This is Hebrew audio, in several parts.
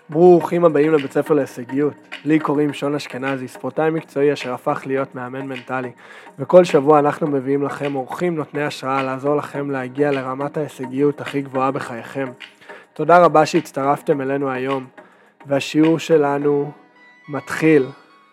ברוכים הבאים לבית ספר להישגיות. לי קוראים שון אשכנזי, ספורטאי מקצועי אשר הפך להיות מאמן מנטלי. וכל שבוע אנחנו מביאים לכם אורחים נותני השראה לעזור לכם להגיע לרמת ההישגיות הכי גבוהה בחייכם. תודה רבה שהצטרפתם אלינו היום, והשיעור שלנו מתחיל.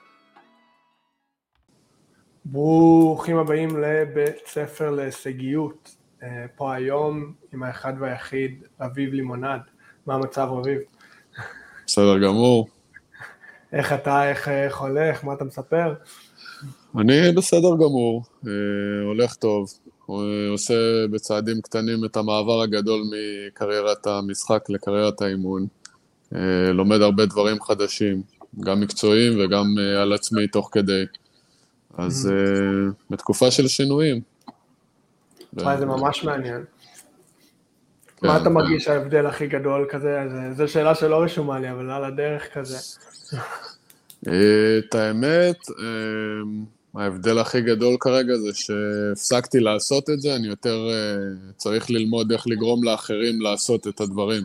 ברוכים הבאים לבית ספר להישגיות. פה היום עם האחד והיחיד רביב לימונד. מה המצב רביב? בסדר גמור. איך אתה, איך הולך, מה אתה מספר? אני בסדר גמור, הולך טוב, עושה בצעדים קטנים את המעבר הגדול מקריירת המשחק לקריירת האימון, לומד הרבה דברים חדשים, גם מקצועיים וגם על עצמי תוך כדי, אז בתקופה של שינויים. זה ממש מעניין. מה אתה מרגיש ההבדל הכי גדול כזה? זו שאלה שלא רשומה לי, אבל על הדרך כזה. את האמת, ההבדל הכי גדול כרגע זה שהפסקתי לעשות את זה, אני יותר צריך ללמוד איך לגרום לאחרים לעשות את הדברים.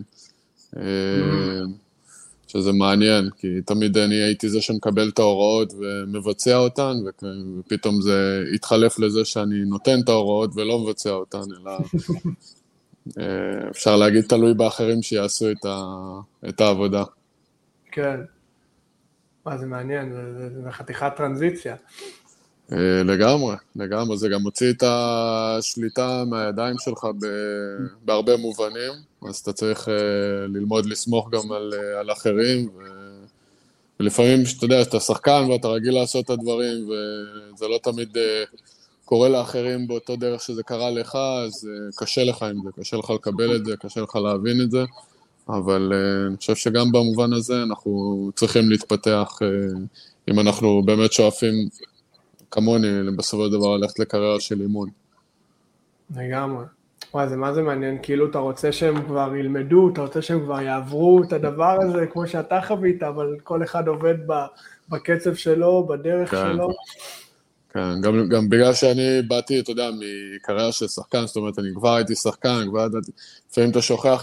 שזה מעניין, כי תמיד אני הייתי זה שמקבל את ההוראות ומבצע אותן, ופתאום זה התחלף לזה שאני נותן את ההוראות ולא מבצע אותן, אלא אפשר להגיד תלוי באחרים שיעשו את העבודה. כן. זה מעניין, זה חתיכת טרנזיציה. לגמרי, זה גם מוציא את השליטה מהידיים שלך בהרבה מובנים, אז אתה צריך ללמוד לסמוך גם על אחרים, ולפעמים שאתה יודע, שאתה שחקן ואתה רגיל לעשות את הדברים, וזה לא תמיד קורה לאחרים באותו דרך שזה קרה לך, אז קשה לך עם זה, קשה לך לקבל את זה, קשה לך להבין את זה, אבל אני חושב שגם במובן הזה אנחנו צריכים להתפתח, אם אנחנו באמת שואפים כמוני, בסופו של דבר ללכת לקריירה של אימון. לגמרי. וואי, מה זה מעניין? כאילו אתה רוצה שהם כבר ילמדו, אתה רוצה שהם כבר יעברו את הדבר הזה, כמו שאתה חווית, אבל כל אחד עובד בקצב שלו, בדרך שלו. כן, גם בגלל שאני באתי, אתה יודע, מקריירה של שחקן, זאת אומרת, אני כבר הייתי שחקן, לפעמים אתה שוכח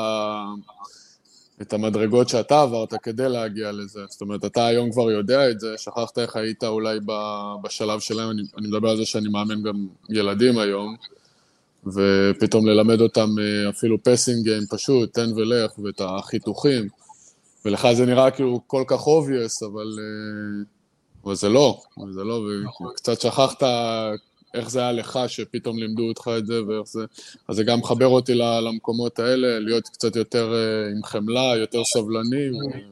את המדרגות שאתה עברת כדי להגיע לזה, זאת אומרת, אתה היום כבר יודע את זה, שכחת איך היית אולי בשלב שלהם, אני מדבר על זה שאני מאמן גם ילדים היום, ופתאום ללמד אותם אפילו פסינג גיים פשוט, תן ולך, ואת החיתוכים, ולך זה נראה כאילו כל כך obvious, אבל זה לא, וקצת שכחת איך זה היה לך שפתאום לימדו אותך את זה, ואיך זה, אז זה גם מחבר אותי למקומות האלה, להיות קצת יותר עם חמלה, יותר סבלני,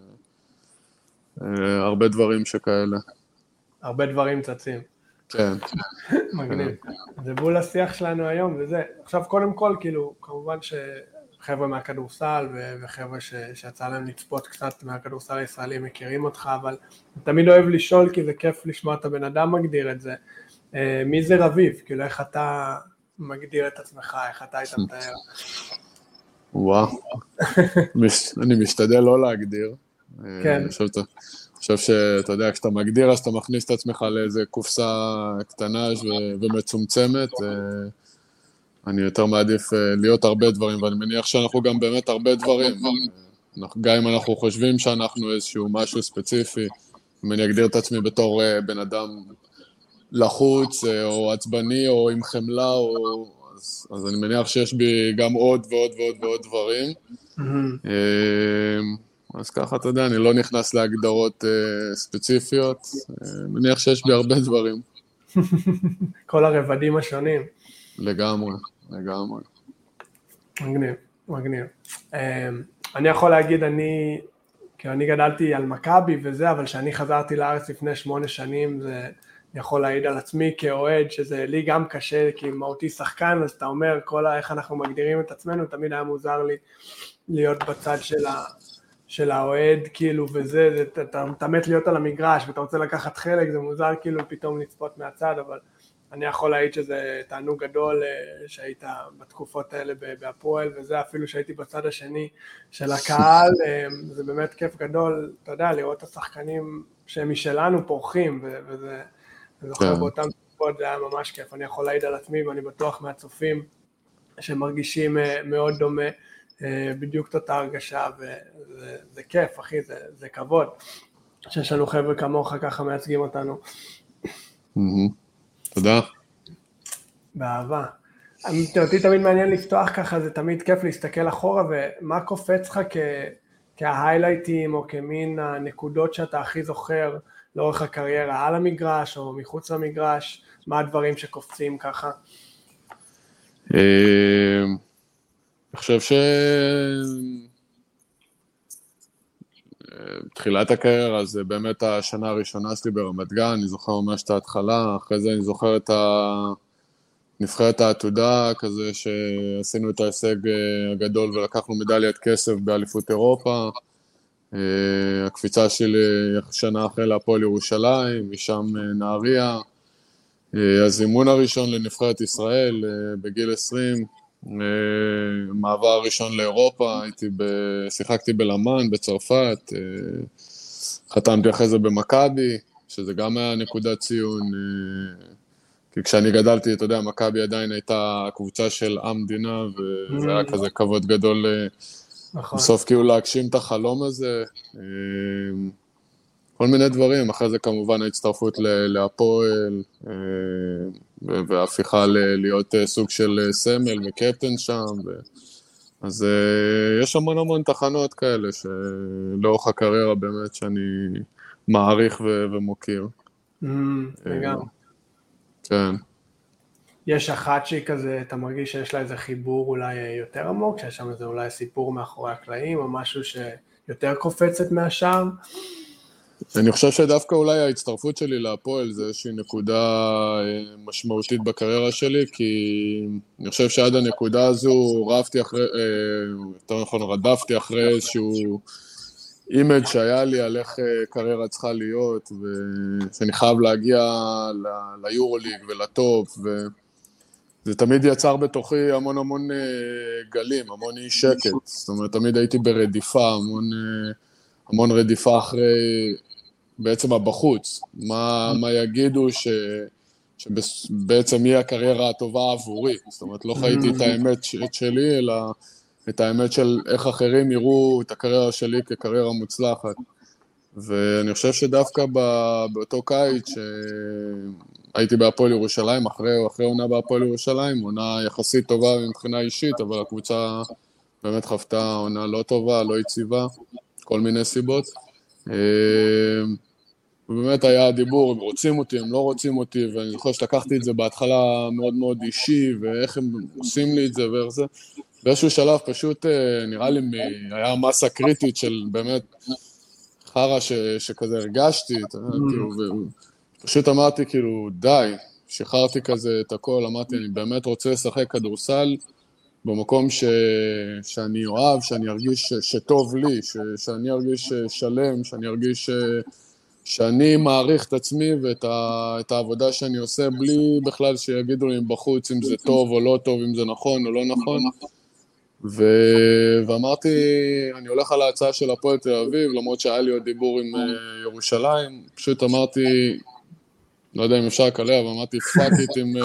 הרבה דברים שכאלה. הרבה דברים צצים. כן. מגניב. זה בול השיח שלנו היום, וזה, עכשיו קודם כל, כאילו, כמובן שחבר'ה מהכדורסל, וחבר'ה שיצא להם לצפות קצת מהכדורסל הישראלי, מכירים אותך, אבל אני תמיד אוהב לשאול, כי זה כיף לשמוע את הבן אדם מגדיר את זה. מי זה רביב? כאילו, איך אתה מגדיר את עצמך, איך אתה היית מתאר? וואו, אני משתדל לא להגדיר. כן. אני חושב שאתה יודע, כשאתה מגדיר, אז אתה מכניס את עצמך לאיזה קופסה קטנה ומצומצמת. אני יותר מעדיף להיות הרבה דברים, ואני מניח שאנחנו גם באמת הרבה דברים. גם אם אנחנו חושבים שאנחנו איזשהו משהו ספציפי, אם אני אגדיר את עצמי בתור בן אדם לחוץ, או עצבני, או עם חמלה, אז אני מניח שיש בי גם עוד ועוד ועוד ועוד דברים. אז ככה, אתה יודע, אני לא נכנס להגדרות ספציפיות, מניח שיש בי הרבה דברים. כל הרבדים השונים. לגמרי. מגניב. אני יכול להגיד, אני גדלתי על מכבי וזה, אבל כשאני חזרתי לארץ לפני 8 שנים, זה יכול להעיד על עצמי כאוהד, שזה לי גם קשה, כי מהותי שחקן, אז אתה אומר, איך אנחנו מגדירים את עצמנו, תמיד היה מוזר לי להיות בצד של האוהד, כאילו, וזה, אתה מתאמת להיות על המגרש, ואתה רוצה לקחת חלק, זה מוזר כאילו פתאום לצפות מהצד, אבל אני יכול להעיד שזה תענוג גדול שהיית בתקופות האלה בהפועל, וזה אפילו שהייתי בצד השני של הקהל, זה באמת כיף גדול, אתה יודע, לראות את השחקנים שהם משלנו פורחים, וזה זוכר באותם תקופות, זה היה ממש כיף, אני יכול להעיד על עצמי, ואני בטוח מהצופים שמרגישים מאוד דומה, בדיוק אותה הרגשה, וזה כיף, אחי, זה כבוד, שיש לנו חבר'ה כמוך ככה מייצגים אותנו. תודה. באהבה. אותי תמיד מעניין לפתוח ככה, זה תמיד כיף להסתכל אחורה, ומה קופץ לך כהיילייטים, או כמין הנקודות שאתה הכי זוכר לאורך הקריירה, על המגרש או מחוץ למגרש, מה הדברים שקופצים ככה? אני חושב תחילת הקריירה זה באמת השנה הראשונה שלי ברמת גן, אני זוכר ממש את ההתחלה, אחרי זה אני זוכר את נבחרת העתודה, כזה שעשינו את ההישג הגדול ולקחנו מדליית כסף באליפות אירופה, הקפיצה שלי שנה אחרי להפועל ירושלים, משם נהריה, הזימון הראשון לנבחרת ישראל בגיל 20, מעבר הראשון לאירופה, שיחקתי בלמן בצרפת, חתמתי אחרי זה במכבי, שזה גם היה נקודת ציון, כי כשאני גדלתי, אתה יודע, מכבי עדיין הייתה קבוצה של המדינה, וזה היה כזה כבוד גדול בסוף כאילו להגשים את החלום הזה, כל מיני דברים, אחרי זה כמובן ההצטרפות להפועל, וההפיכה להיות סוג של סמל וקפטן שם, אז יש המון תחנות כאלה, שלאורך הקריירה באמת שאני מעריך ומוקיר. לגמרי. כן. יש אחת שהיא כזה, אתה מרגיש שיש לה איזה חיבור אולי יותר עמוק, שיש שם איזה אולי סיפור מאחורי הקלעים, או משהו שיותר קופצת מהשאר? אני חושב שדווקא אולי ההצטרפות שלי להפועל זה איזושהי נקודה משמעותית בקריירה שלי, כי אני חושב שעד הנקודה הזו רדפתי אחרי איזשהו אימג' שהיה לי על איך קריירה צריכה להיות, ושאני חייב להגיע ליורוליג ולטופ, וזה תמיד יצר בתוכי המון גלים, המון אי שקט, זאת אומרת, תמיד הייתי ברדיפה, המון רדיפה אחרי בעצם הבחוץ, מה יגידו שבעצם היא הקריירה הטובה עבורי, זאת אומרת, לא חייתי את האמת שלי, אלא את האמת של איך אחרים יראו את הקריירה שלי כקריירה מוצלחת. ואני חושב שדווקא באותו קיץ שהייתי בהפועל ירושלים, אחרי עונה בהפועל ירושלים, עונה יחסית טובה מבחינה אישית, אבל הקבוצה באמת חוותה עונה לא טובה, לא יציבה, כל מיני סיבות. ובאמת היה דיבור, הם רוצים אותי, הם לא רוצים אותי, ואני זוכר שלקחתי את זה בהתחלה מאוד מאוד אישי, ואיך הם עושים לי את זה ואיך זה. באיזשהו שלב פשוט נראה לי היה מסה קריטית של באמת חרה שכזה הרגשתי, פשוט אמרתי כאילו די, שחררתי כזה את הכל, אמרתי אני באמת רוצה לשחק כדורסל במקום שאני אוהב, שאני ארגיש שטוב לי, שאני ארגיש שלם, שאני ארגיש שאני מעריך את עצמי ואת העבודה שאני עושה בלי בכלל שיגידו לי בחוץ אם זה טוב או לא טוב, אם זה נכון או לא נכון. ואמרתי, אני הולך על ההצעה של הפועל תל אביב, למרות שהיה לי עוד דיבור עם ירושלים, פשוט אמרתי, לא יודע אם אפשר לקלע, אבל אמרתי פאק איט עם...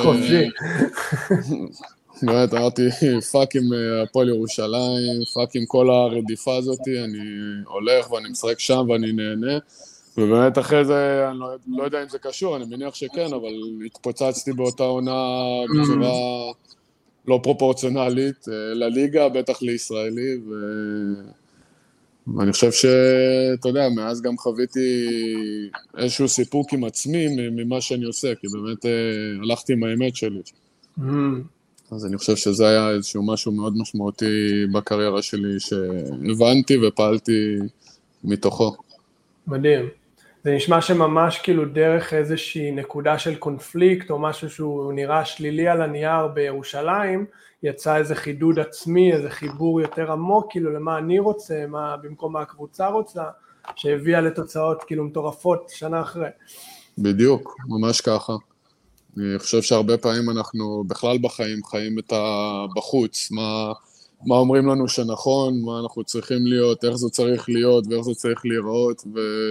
באמת, אמרתי פאק עם הפועל ירושלים, פאק עם כל הרדיפה הזאת, אני הולך ואני משחק שם ואני נהנה, ובאמת אחרי זה, אני לא יודע אם זה קשור, אני מניח שכן, אבל התפוצצתי באותה עונה בצורה לא פרופורציונלית לליגה, בטח לישראלי, ואני חושב שאתה יודע, מאז גם חוויתי איזשהו סיפוק עם עצמי ממה שאני עושה, כי באמת הלכתי עם האמת שלי. אז אני חושב שזה היה איזשהו משהו מאוד משמעותי בקריירה שלי, שהבנתי ופעלתי מתוכו. מדהים. זה נשמע שממש כאילו דרך איזושהי נקודה של קונפליקט, או משהו שהוא נראה שלילי על הנייר בירושלים, יצא איזה חידוד עצמי, איזה חיבור יותר עמוק, כאילו למה אני רוצה, במקום מה הקבוצה רוצה, שהביאה לתוצאות כאילו מטורפות שנה אחרי. בדיוק, ממש ככה. אני חושב שהרבה פעמים אנחנו בכלל בחיים חיים את בחוץ, מה אומרים לנו שנכון, מה אנחנו צריכים להיות, איך זה צריך להיות ואיך זה צריך להיראות,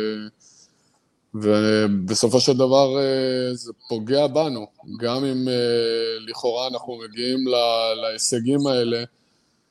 ובסופו של דבר זה פוגע בנו, גם אם לכאורה אנחנו מגיעים להישגים האלה,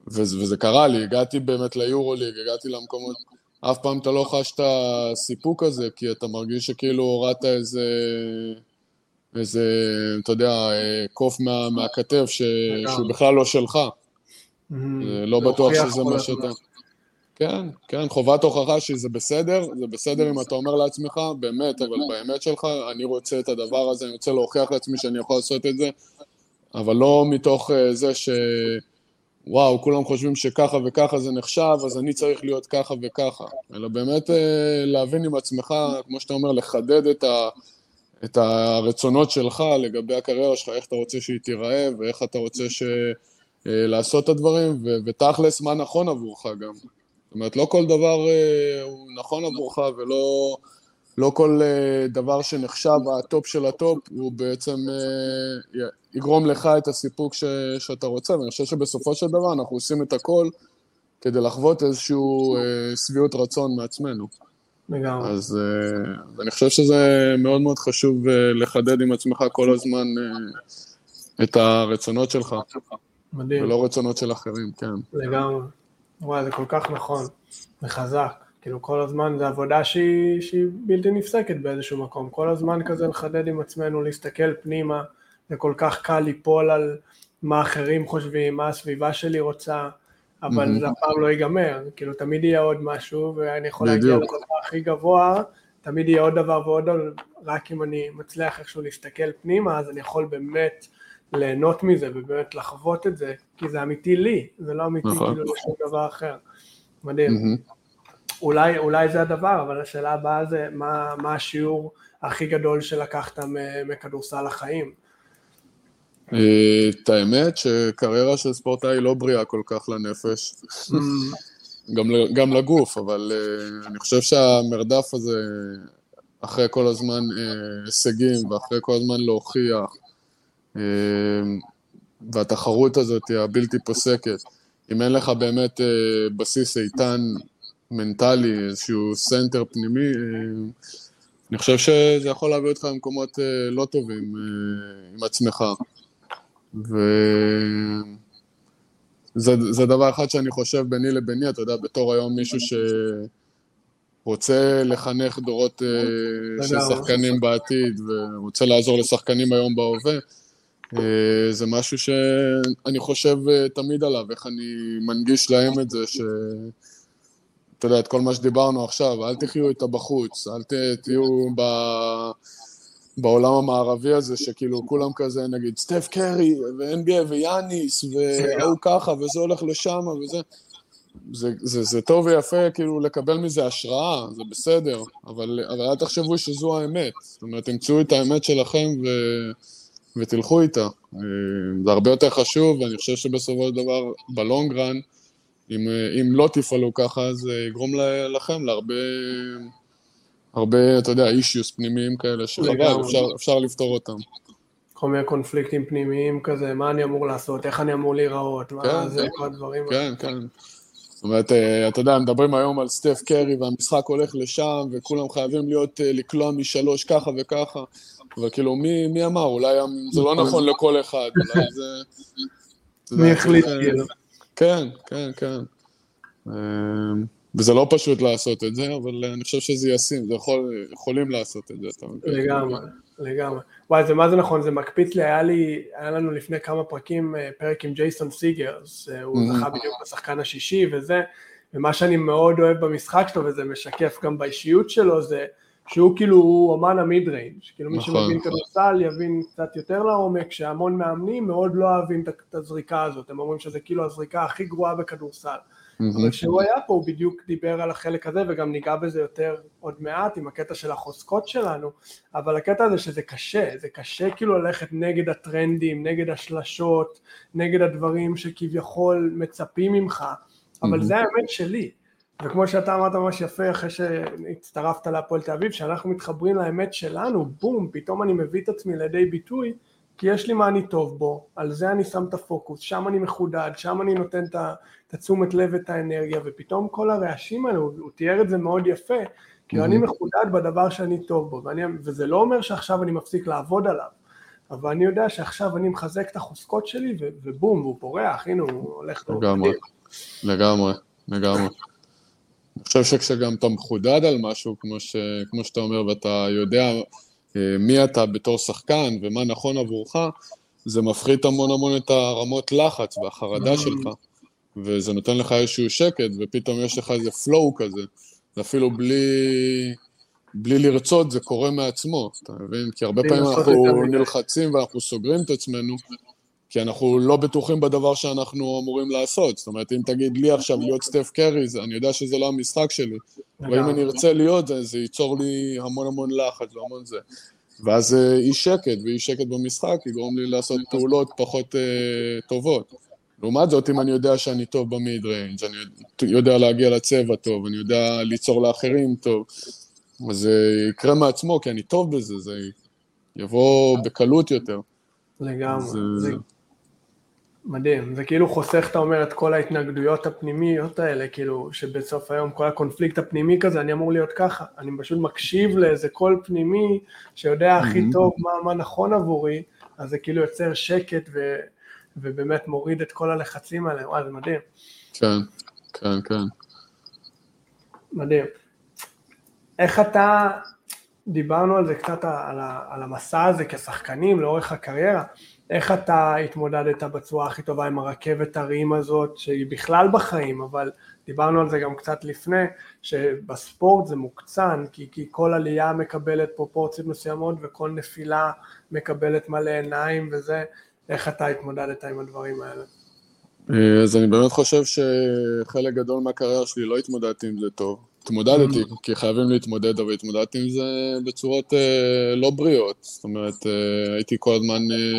וזה קרה לי, הגעתי באמת ליורוליג, הגעתי למקומות, אף פעם אתה לא חש את הסיפוק הזה, כי אתה מרגיש שכאילו הורדת איזה, אתה יודע, קוף מהכתף שהוא בכלל לא שלך. לא בטוח שזה מה שאתה... כן, כן, חובת הוכחה שזה בסדר, זה בסדר אם אתה אומר לעצמך, באמת, אבל באמת שלך, אני רוצה את הדבר הזה, אני רוצה להוכיח לעצמי שאני יכול לעשות את זה, אבל לא מתוך זה וואו, כולם חושבים שככה וככה זה נחשב, אז אני צריך להיות ככה וככה, אלא באמת להבין עם עצמך, כמו שאתה אומר, לחדד את הרצונות שלך לגבי הקריירה שלך, איך אתה רוצה שהיא תיראה, ואיך אתה רוצה לעשות את הדברים, ותכלס מה נכון עבורך גם. זאת אומרת, לא כל דבר הוא נכון עבורך, ולא כל דבר שנחשב הטופ של הטופ, הוא בעצם יגרום לך את הסיפוק שאתה רוצה, ואני חושב שבסופו של דבר אנחנו עושים את הכל כדי לחוות איזשהו שביעות רצון מעצמנו. לגמרי. אז אני חושב שזה מאוד מאוד חשוב לחדד עם עצמך כל הזמן את הרצונות שלך. מדהים. ולא רצונות של אחרים, כן. לגמרי. וואי, זה כל כך נכון, וחזק. כאילו כל הזמן זה עבודה שהיא בלתי נפסקת באיזשהו מקום. כל הזמן כזה לחדד עם עצמנו, להסתכל פנימה, זה כל כך קל ליפול על מה אחרים חושבים, מה הסביבה שלי רוצה, אבל זה אף פעם לא ייגמר. כאילו תמיד יהיה עוד משהו, ואני יכול להגיע לדבר הכי גבוה, תמיד יהיה עוד דבר ועוד, רק אם אני מצליח איכשהו להסתכל פנימה, אז אני יכול באמת ליהנות מזה, ובאמת לחוות את זה, כי זה אמיתי לי, זה לא אמיתי כאילו לשום דבר אחר. מדהים. אולי זה הדבר, אבל השאלה הבאה זה, מה השיעור הכי גדול שלקחת מכדורסל לחיים? את האמת שקריירה של ספורטאי לא בריאה כל כך לנפש, גם לגוף, אבל אני חושב שהמרדף הזה, אחרי כל הזמן הישגים, ואחרי כל הזמן להוכיח, והתחרות הזאת היא הבלתי פוסקת, אם אין לך באמת בסיס איתן מנטלי, איזשהו סנטר פנימי, אני חושב שזה יכול להביא אותך למקומות לא טובים עם עצמך. וזה דבר אחד שאני חושב ביני לביני, אתה יודע, בתור היום מישהו שרוצה לחנך דורות של שחקנים בעתיד, ורוצה לעזור לשחקנים היום בהווה, זה משהו שאני חושב תמיד עליו, איך אני מנגיש להם את זה, אתה יודע, את כל מה שדיברנו עכשיו, אל תחיו איתה בחוץ, אל תהיו בעולם המערבי הזה, שכאילו כולם כזה, נגיד, סטף קרי, ו-NBA, ויאניס, והוא ככה, וזה הולך לשם, וזה... זה טוב ויפה, כאילו, לקבל מזה השראה, זה בסדר, אבל אל תחשבו שזו האמת. זאת אומרת, תמצאו את האמת שלכם ותלכו איתה. זה הרבה יותר חשוב, ואני חושב שבסופו של דבר, בלונגרן, אם לא תפעלו ככה, זה יגרום לכם להרבה, אתה יודע, אישיוס פנימיים כאלה, שחבל, אפשר לפתור אותם. כל מיני קונפליקטים פנימיים כזה, מה אני אמור לעשות, איך אני אמור להיראות, מה זה, כל הדברים. כן, כן. זאת אומרת, אתה יודע, מדברים היום על סטף קרי, והמשחק הולך לשם, וכולם חייבים לקלוע משלוש ככה וככה, אבל כאילו, מי אמר? אולי זה לא נכון לכל אחד, אולי זה... מי החליט כאילו? כן, כן, כן. וזה לא פשוט לעשות את זה, אבל אני חושב שזה ישים, יכולים לעשות את זה. לגמרי, לגמרי. וואי, זה מה זה נכון, זה מקפיץ לי, היה לנו לפני כמה פרקים, פרק עם ג'ייסון סיגרס, הוא זכה בדיוק בשחקן השישי וזה, ומה שאני מאוד אוהב במשחק שלו, וזה משקף גם באישיות שלו, זה שהוא כאילו, הוא אמן המיד ריינג', כאילו מי שמבין כדורסל יבין קצת יותר לעומק, שהמון מאמנים מאוד לא אוהבים את הזריקה הזאת, הם אומרים שזה כאילו הזריקה הכי גרועה בכדורסל, אבל כשהוא היה פה הוא בדיוק דיבר על החלק הזה, וגם ניגע בזה יותר עוד מעט עם הקטע של החוזקות שלנו, אבל הקטע הזה שזה קשה, זה קשה כאילו ללכת נגד הטרנדים, נגד השלשות, נגד הדברים שכביכול מצפים ממך, אבל זה האמת שלי, וכמו שאתה אמרת ממש יפה אחרי שהצטרפת להפועל תל אביב, שאנחנו מתחברים לאמת שלנו, בום, פתאום אני מביא את עצמי לידי ביטוי, כי יש לי מה אני טוב בו, על זה אני שם את הפוקוס, שם אני מחודד, שם אני נותן את תשומת לב ואת האנרגיה, ופתאום כל הרעשים האלו, הוא תיאר את זה מאוד יפה, כי אני מחודד בדבר שאני טוב בו, וזה לא אומר שעכשיו אני מפסיק לעבוד עליו, אבל אני יודע שעכשיו אני מחזק את החוזקות שלי, ובום, והוא פורח, הנה הוא הולך לו. לגמרי. אני חושב שכשגם אתה מחודד על משהו, כמו שאתה אומר, ואתה יודע מי אתה בתור שחקן ומה נכון עבורך, זה מפחית המון את הרמות לחץ והחרדה שלך, וזה נותן לך איזשהו שקט, ופתאום יש לך איזה פלואו כזה, זה אפילו בלי לרצות, זה קורה מעצמו, אתה מבין? כי הרבה פעמים אנחנו נלחצים ואנחנו סוגרים את עצמנו, כי אנחנו לא בטוחים בדבר שאנחנו אמורים לעשות. זאת אומרת, אם תגיד לי עכשיו להיות סטף קרי, אני יודע שזה לא המשחק שלי, ואם אני ארצה להיות, זה ייצור לי המון לחץ והמון זה. ואז אי שקט במשחק, יגרום לי לעשות פעולות פחות טובות. לעומת זאת, אם אני יודע שאני טוב במיד ריינג', אני יודע להגיע לצבע טוב, אני יודע ליצור לאחרים טוב, אז זה יקרה מעצמו, כי אני טוב בזה, זה יבוא בקלות יותר. לגמרי, זה מדהים, זה כאילו חוסך, אתה אומר, את כל ההתנגדויות הפנימיות האלה, כאילו שבסוף היום כל הקונפליקט הפנימי כזה, אני אמור להיות ככה, אני פשוט מקשיב לאיזה קול פנימי, שיודע הכי טוב מה נכון עבורי, אז זה כאילו יוצר שקט ובאמת מוריד את כל הלחצים האלה, וואי, זה מדהים. כן. מדהים. איך אתה, דיברנו על זה קצת, על המסע הזה כשחקנים לאורך הקריירה, איך אתה התמודדת בצורה הכי טובה עם הרכבת הרים הזאת, שהיא בכלל בחיים, אבל דיברנו על זה גם קצת לפני, שבספורט זה מוקצן, כי כל עלייה מקבלת פרופורציות מסוימות, וכל נפילה מקבלת מלא עיניים וזה, איך אתה התמודדת עם הדברים האלה? אז אני באמת חושב שחלק גדול מהקריירה שלי לא התמודדתי עם זה טוב. התמודדתי, כי חייבים להתמודד, אבל התמודדתי עם זה בצורות לא בריאות. זאת אומרת, הייתי כל הזמן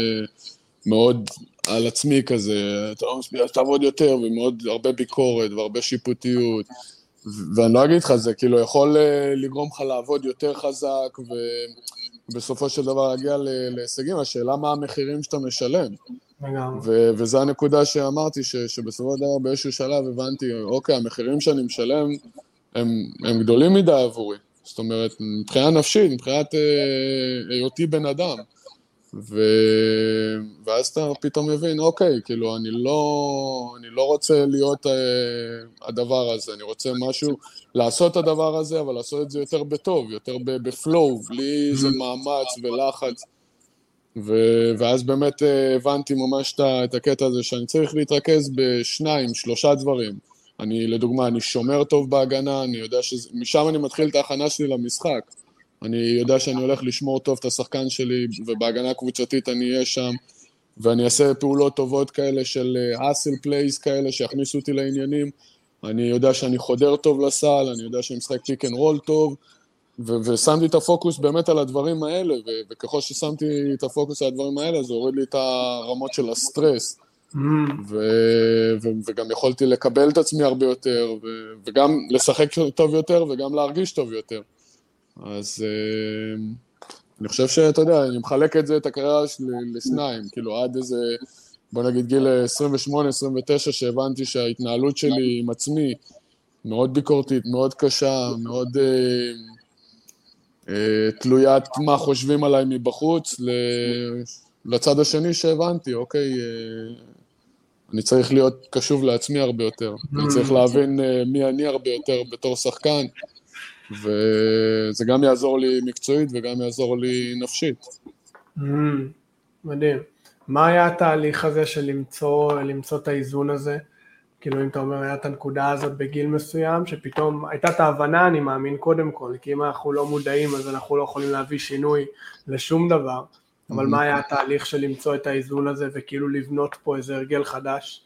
מאוד על עצמי כזה, אתה לא מספיק, תעבוד יותר, ומאוד הרבה ביקורת והרבה שיפוטיות. ואני לא אגיד לך, זה כאילו יכול לגרום לך לעבוד יותר חזק, ובסופו של דבר להגיע להישגים. השאלה מה המחירים שאתה משלם. וזו הנקודה שאמרתי, שבסופו של דבר באיזשהו שלב הבנתי, אוקיי, המחירים שאני משלם הם גדולים מדי עבורי. זאת אומרת, מבחינה נפשית, מבחינת היותי בן אדם. ואז אתה פתאום מבין, אוקיי, כאילו, אני לא רוצה להיות הדבר הזה, אני רוצה משהו, לעשות את הדבר הזה, אבל לעשות את זה יותר בטוב, יותר בפלואו, בלי איזה מאמץ ולחץ. ואז באמת הבנתי ממש את הקטע הזה, שאני צריך להתרכז ב2-3 דברים. לדוגמה, אני שומר טוב בהגנה, אני יודע משם אני מתחיל את ההכנה שלי למשחק. אני יודע שאני הולך לשמור טוב את השחקן שלי, ובהגנה הקבוצתית אני אהיה שם, ואני אעשה פעולות טובות כאלה של hustle plays כאלה, שיכניסו אותי לעניינים. אני יודע שאני חודר טוב לסל, אני יודע שאני משחק pick and roll טוב, ושמתי את הפוקוס באמת על הדברים האלה, וככל ששמתי את הפוקוס על הדברים האלה, זה הוריד לי את הרמות של הסטרס, וגם יכולתי לקבל את עצמי הרבה יותר, וגם לשחק טוב יותר, וגם להרגיש טוב יותר. אז אני חושב שאתה יודע, אני מחלק את הקריירה שלי לשניים, כאילו עד איזה, בוא נגיד גיל 28-29, שהבנתי שההתנהלות שלי עם עצמי מאוד ביקורתית, מאוד קשה, מאוד תלוית מה חושבים עליי מבחוץ, לצד השני שהבנתי, אוקיי, אני צריך להיות קשוב לעצמי הרבה יותר, אני צריך להבין מי אני הרבה יותר בתור שחקן, וזה גם יעזור לי מקצועית וגם יעזור לי נפשית. מדהים. מה היה התהליך הזה של למצוא את האיזון הזה? כאילו אם אתה אומר, היה את הנקודה הזאת בגיל מסוים, שפתאום הייתה את ההבנה, אני מאמין קודם כל, כי אם אנחנו לא מודעים, אז אנחנו לא יכולים להביא שינוי לשום דבר, אבל מה היה התהליך של למצוא את האיזון הזה, וכאילו לבנות פה איזה הרגל חדש?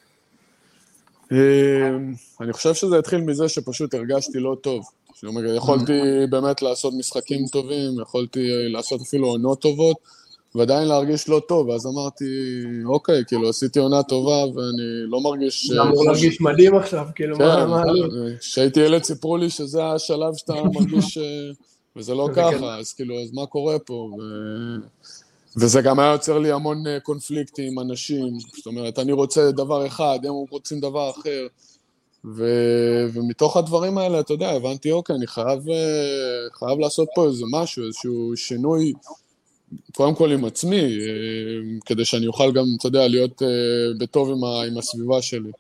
אני חושב שזה התחיל מזה שפשוט הרגשתי לא טוב. יכולתי באמת לעשות משחקים טובים, יכולתי לעשות אפילו עונות טובות, ועדיין להרגיש לא טוב, אז אמרתי, אוקיי, כאילו עשיתי עונה טובה, ואני לא מרגיש... זה אמור להרגיש מדהים עכשיו, כאילו מה... כשהייתי ילד סיפרו לי שזה השלב שאתה מרגיש, וזה לא ככה, אז כאילו, אז מה קורה פה? וזה גם היה יוצר לי המון קונפליקטים עם אנשים, זאת אומרת, אני רוצה דבר אחד, הם רוצים דבר אחר, ומתוך הדברים האלה, אתה יודע, הבנתי, אוקיי, אני חייב לעשות פה איזה משהו, איזשהו שינוי קודם כל עם עצמי, כדי שאני אוכל גם, אתה יודע, להיות בטוב עם הסביבה שלי.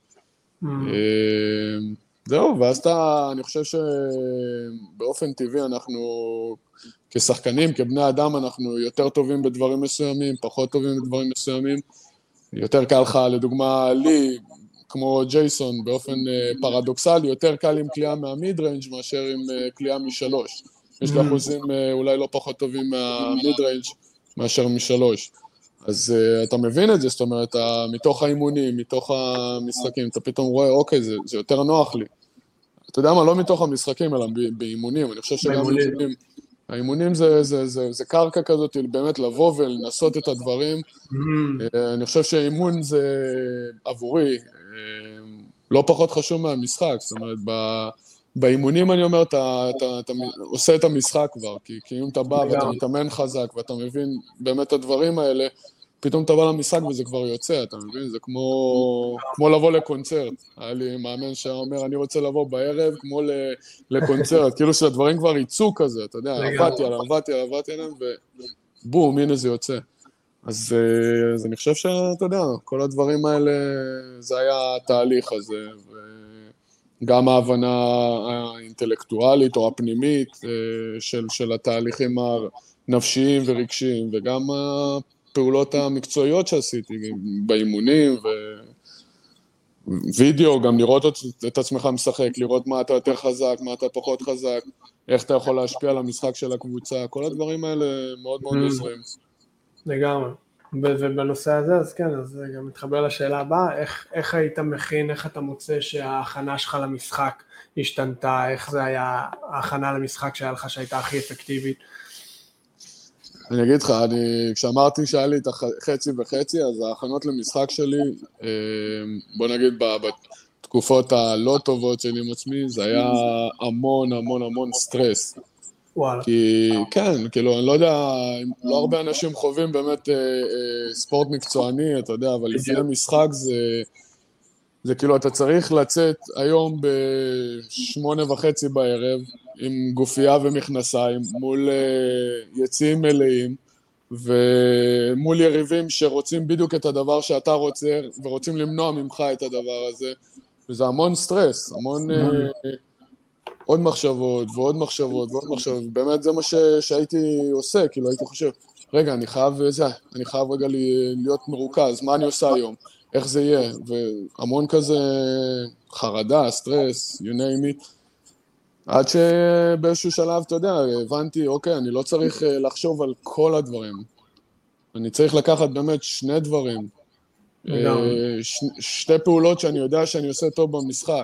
זהו, ואז אני חושב שבאופן טבעי אנחנו כשחקנים, כבני אדם, אנחנו יותר טובים בדברים מסוימים, פחות טובים בדברים מסוימים. יותר קל לך, לדוגמה, לי, כמו ג'ייסון, באופן פרדוקסלי, יותר קל עם קליעה מהמיד ריינג' מאשר עם קליעה משלוש. יש לי אחוזים אולי לא פחות טובים מהמיד ריינג' מאשר משלוש. אז אתה מבין את זה, זאת אומרת, מתוך האימונים, מתוך המשחקים, אתה פתאום רואה, אוקיי, זה יותר נוח לי. אתה יודע מה, לא מתוך המשחקים, אלא באימונים. אני חושב שגם האימונים זה קרקע כזאת, באמת לבוא ולנסות את הדברים. אני חושב שאימון זה עבורי לא פחות חשוב מהמשחק, זאת אומרת, באימונים אני אומר, אתה עושה את המשחק כבר, כי אם אתה בא ואתה מתאמן חזק ואתה מבין באמת את הדברים האלה, פתאום אתה בא למשחק וזה כבר יוצא, אתה מבין? זה כמו לבוא לקונצרט. היה לי מאמן שאומר, אני רוצה לבוא בערב כמו לקונצרט, כאילו שהדברים כבר יצאו כזה, אתה יודע, עבדתי עליהם, ובום, הנה זה יוצא. אז אני חושב שאתה יודע, כל הדברים האלה, זה היה התהליך הזה, וגם ההבנה האינטלקטואלית או הפנימית של התהליכים הנפשיים ורגשיים, וגם הפעולות המקצועיות שעשיתי באימונים, ווידאו, גם לראות את עצמך משחק, לראות מה אתה יותר חזק, מה אתה פחות חזק, איך אתה יכול להשפיע על המשחק של הקבוצה, כל הדברים האלה מאוד מאוד עוזרים. לגמרי. ובנושא הזה, אז כן, אז זה גם מתחבר לשאלה הבאה, איך היית מכין, איך אתה מוצא שההכנה שלך למשחק השתנתה, איך זה היה ההכנה למשחק שהיה לך שהייתה הכי אפקטיבית? אני אגיד לך, כשאמרתי שהיה לי את החצי וחצי, אז ההכנות למשחק שלי, בוא נגיד בתקופות הלא טובות שלי עם עצמי, זה היה המון המון המון סטרס. וואלה. כי כן, כאילו, אני לא יודע, לא הרבה אנשים חווים באמת ספורט מקצועני, אתה יודע, אבל לפני משחק זה כאילו, אתה צריך לצאת היום ב8:30 בערב, עם גופייה ומכנסיים, מול יציאים מלאים, ומול יריבים שרוצים בדיוק את הדבר שאתה רוצה, ורוצים למנוע ממך את הדבר הזה, וזה המון סטרס, המון עוד מחשבות ועוד מחשבות ועוד מחשבות, באמת זה מה שהייתי עושה, כאילו הייתי חושב, רגע, אני חייב רגע להיות מרוכז, מה אני עושה היום, איך זה יהיה, והמון כזה חרדה, סטרס, you name it, עד שבאיזשהו שלב, אתה יודע, הבנתי, אוקיי, אני לא צריך לחשוב על כל הדברים, אני צריך לקחת באמת שני דברים, שתי פעולות שאני יודע שאני עושה טוב במשחק,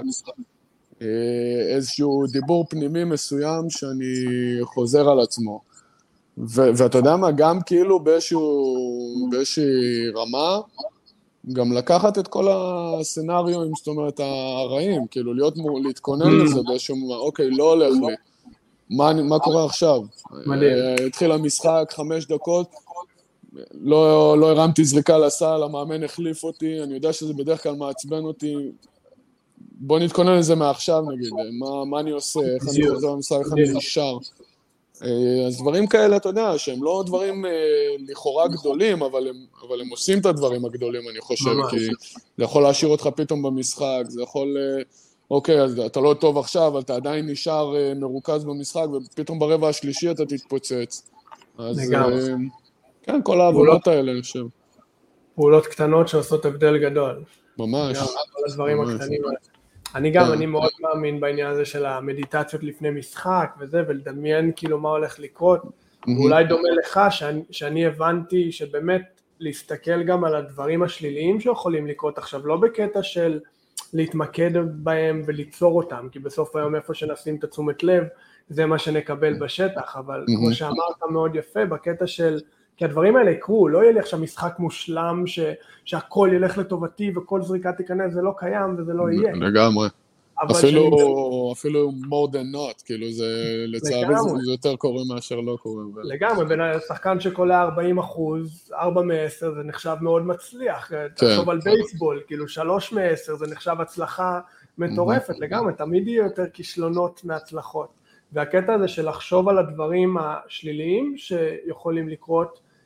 איזשהו דיבור פנימי מסוים שאני חוזר על עצמו. ואתה יודע מה, גם כאילו באיזושהי רמה, גם לקחת את כל הסצנריו, זאת אומרת, הרעים, כאילו להתכונן לזה באיזשהו, אוקיי, לא הולך לי. מה קורה עכשיו? התחיל המשחק, 5 דקות, לא הרמתי זריקה לסל, המאמן החליף אותי, אני יודע שזה בדרך כלל מעצבן אותי, בוא נתכונן לזה מעכשיו נגיד, מה אני עושה, איך אני חוזר למשחק, איך אני נשאר. אז דברים כאלה, אתה יודע, שהם לא דברים לכאורה גדולים, אבל הם עושים את הדברים הגדולים, אני חושב, כי זה יכול להשאיר אותך פתאום במשחק, זה יכול, אוקיי, אז אתה לא טוב עכשיו, אבל אתה עדיין נשאר מרוכז במשחק, ופתאום ברבע השלישי אתה תתפוצץ. אז כן, כל העבודות האלה, אני חושב. פעולות קטנות שעושות הבדל גדול. ממש. כל הדברים הקטנים. אני מאוד מאמין בעניין הזה של המדיטציות לפני משחק וזה, ולדמיין כאילו מה הולך לקרות, ואולי דומה לך שאני הבנתי שבאמת להסתכל גם על הדברים השליליים שיכולים לקרות עכשיו, לא בקטע של להתמקד בהם וליצור אותם, כי בסוף היום איפה שנשים את התשומת לב, זה מה שנקבל בשטח, אבל כמו שאמרת מאוד יפה, בקטע של כי הדברים האלה יקרו, לא יהיה לי עכשיו משחק מושלם שהכל ילך לטובתי וכל זריקה תיכנס, זה לא קיים וזה לא יהיה. לגמרי. אפילו more than not, כאילו זה לצערי זה יותר קורה מאשר לא קורה. לגמרי, בין השחקן שקולה 40%, 4 מ-10 זה נחשב מאוד מצליח, תחשוב על בייסבול, כאילו 3 מ-10 זה נחשב הצלחה מטורפת, לגמרי, תמיד יהיה יותר כישלונות מהצלחות. והקטע הזה של לחשוב על הדברים השליליים שיכולים לקרות,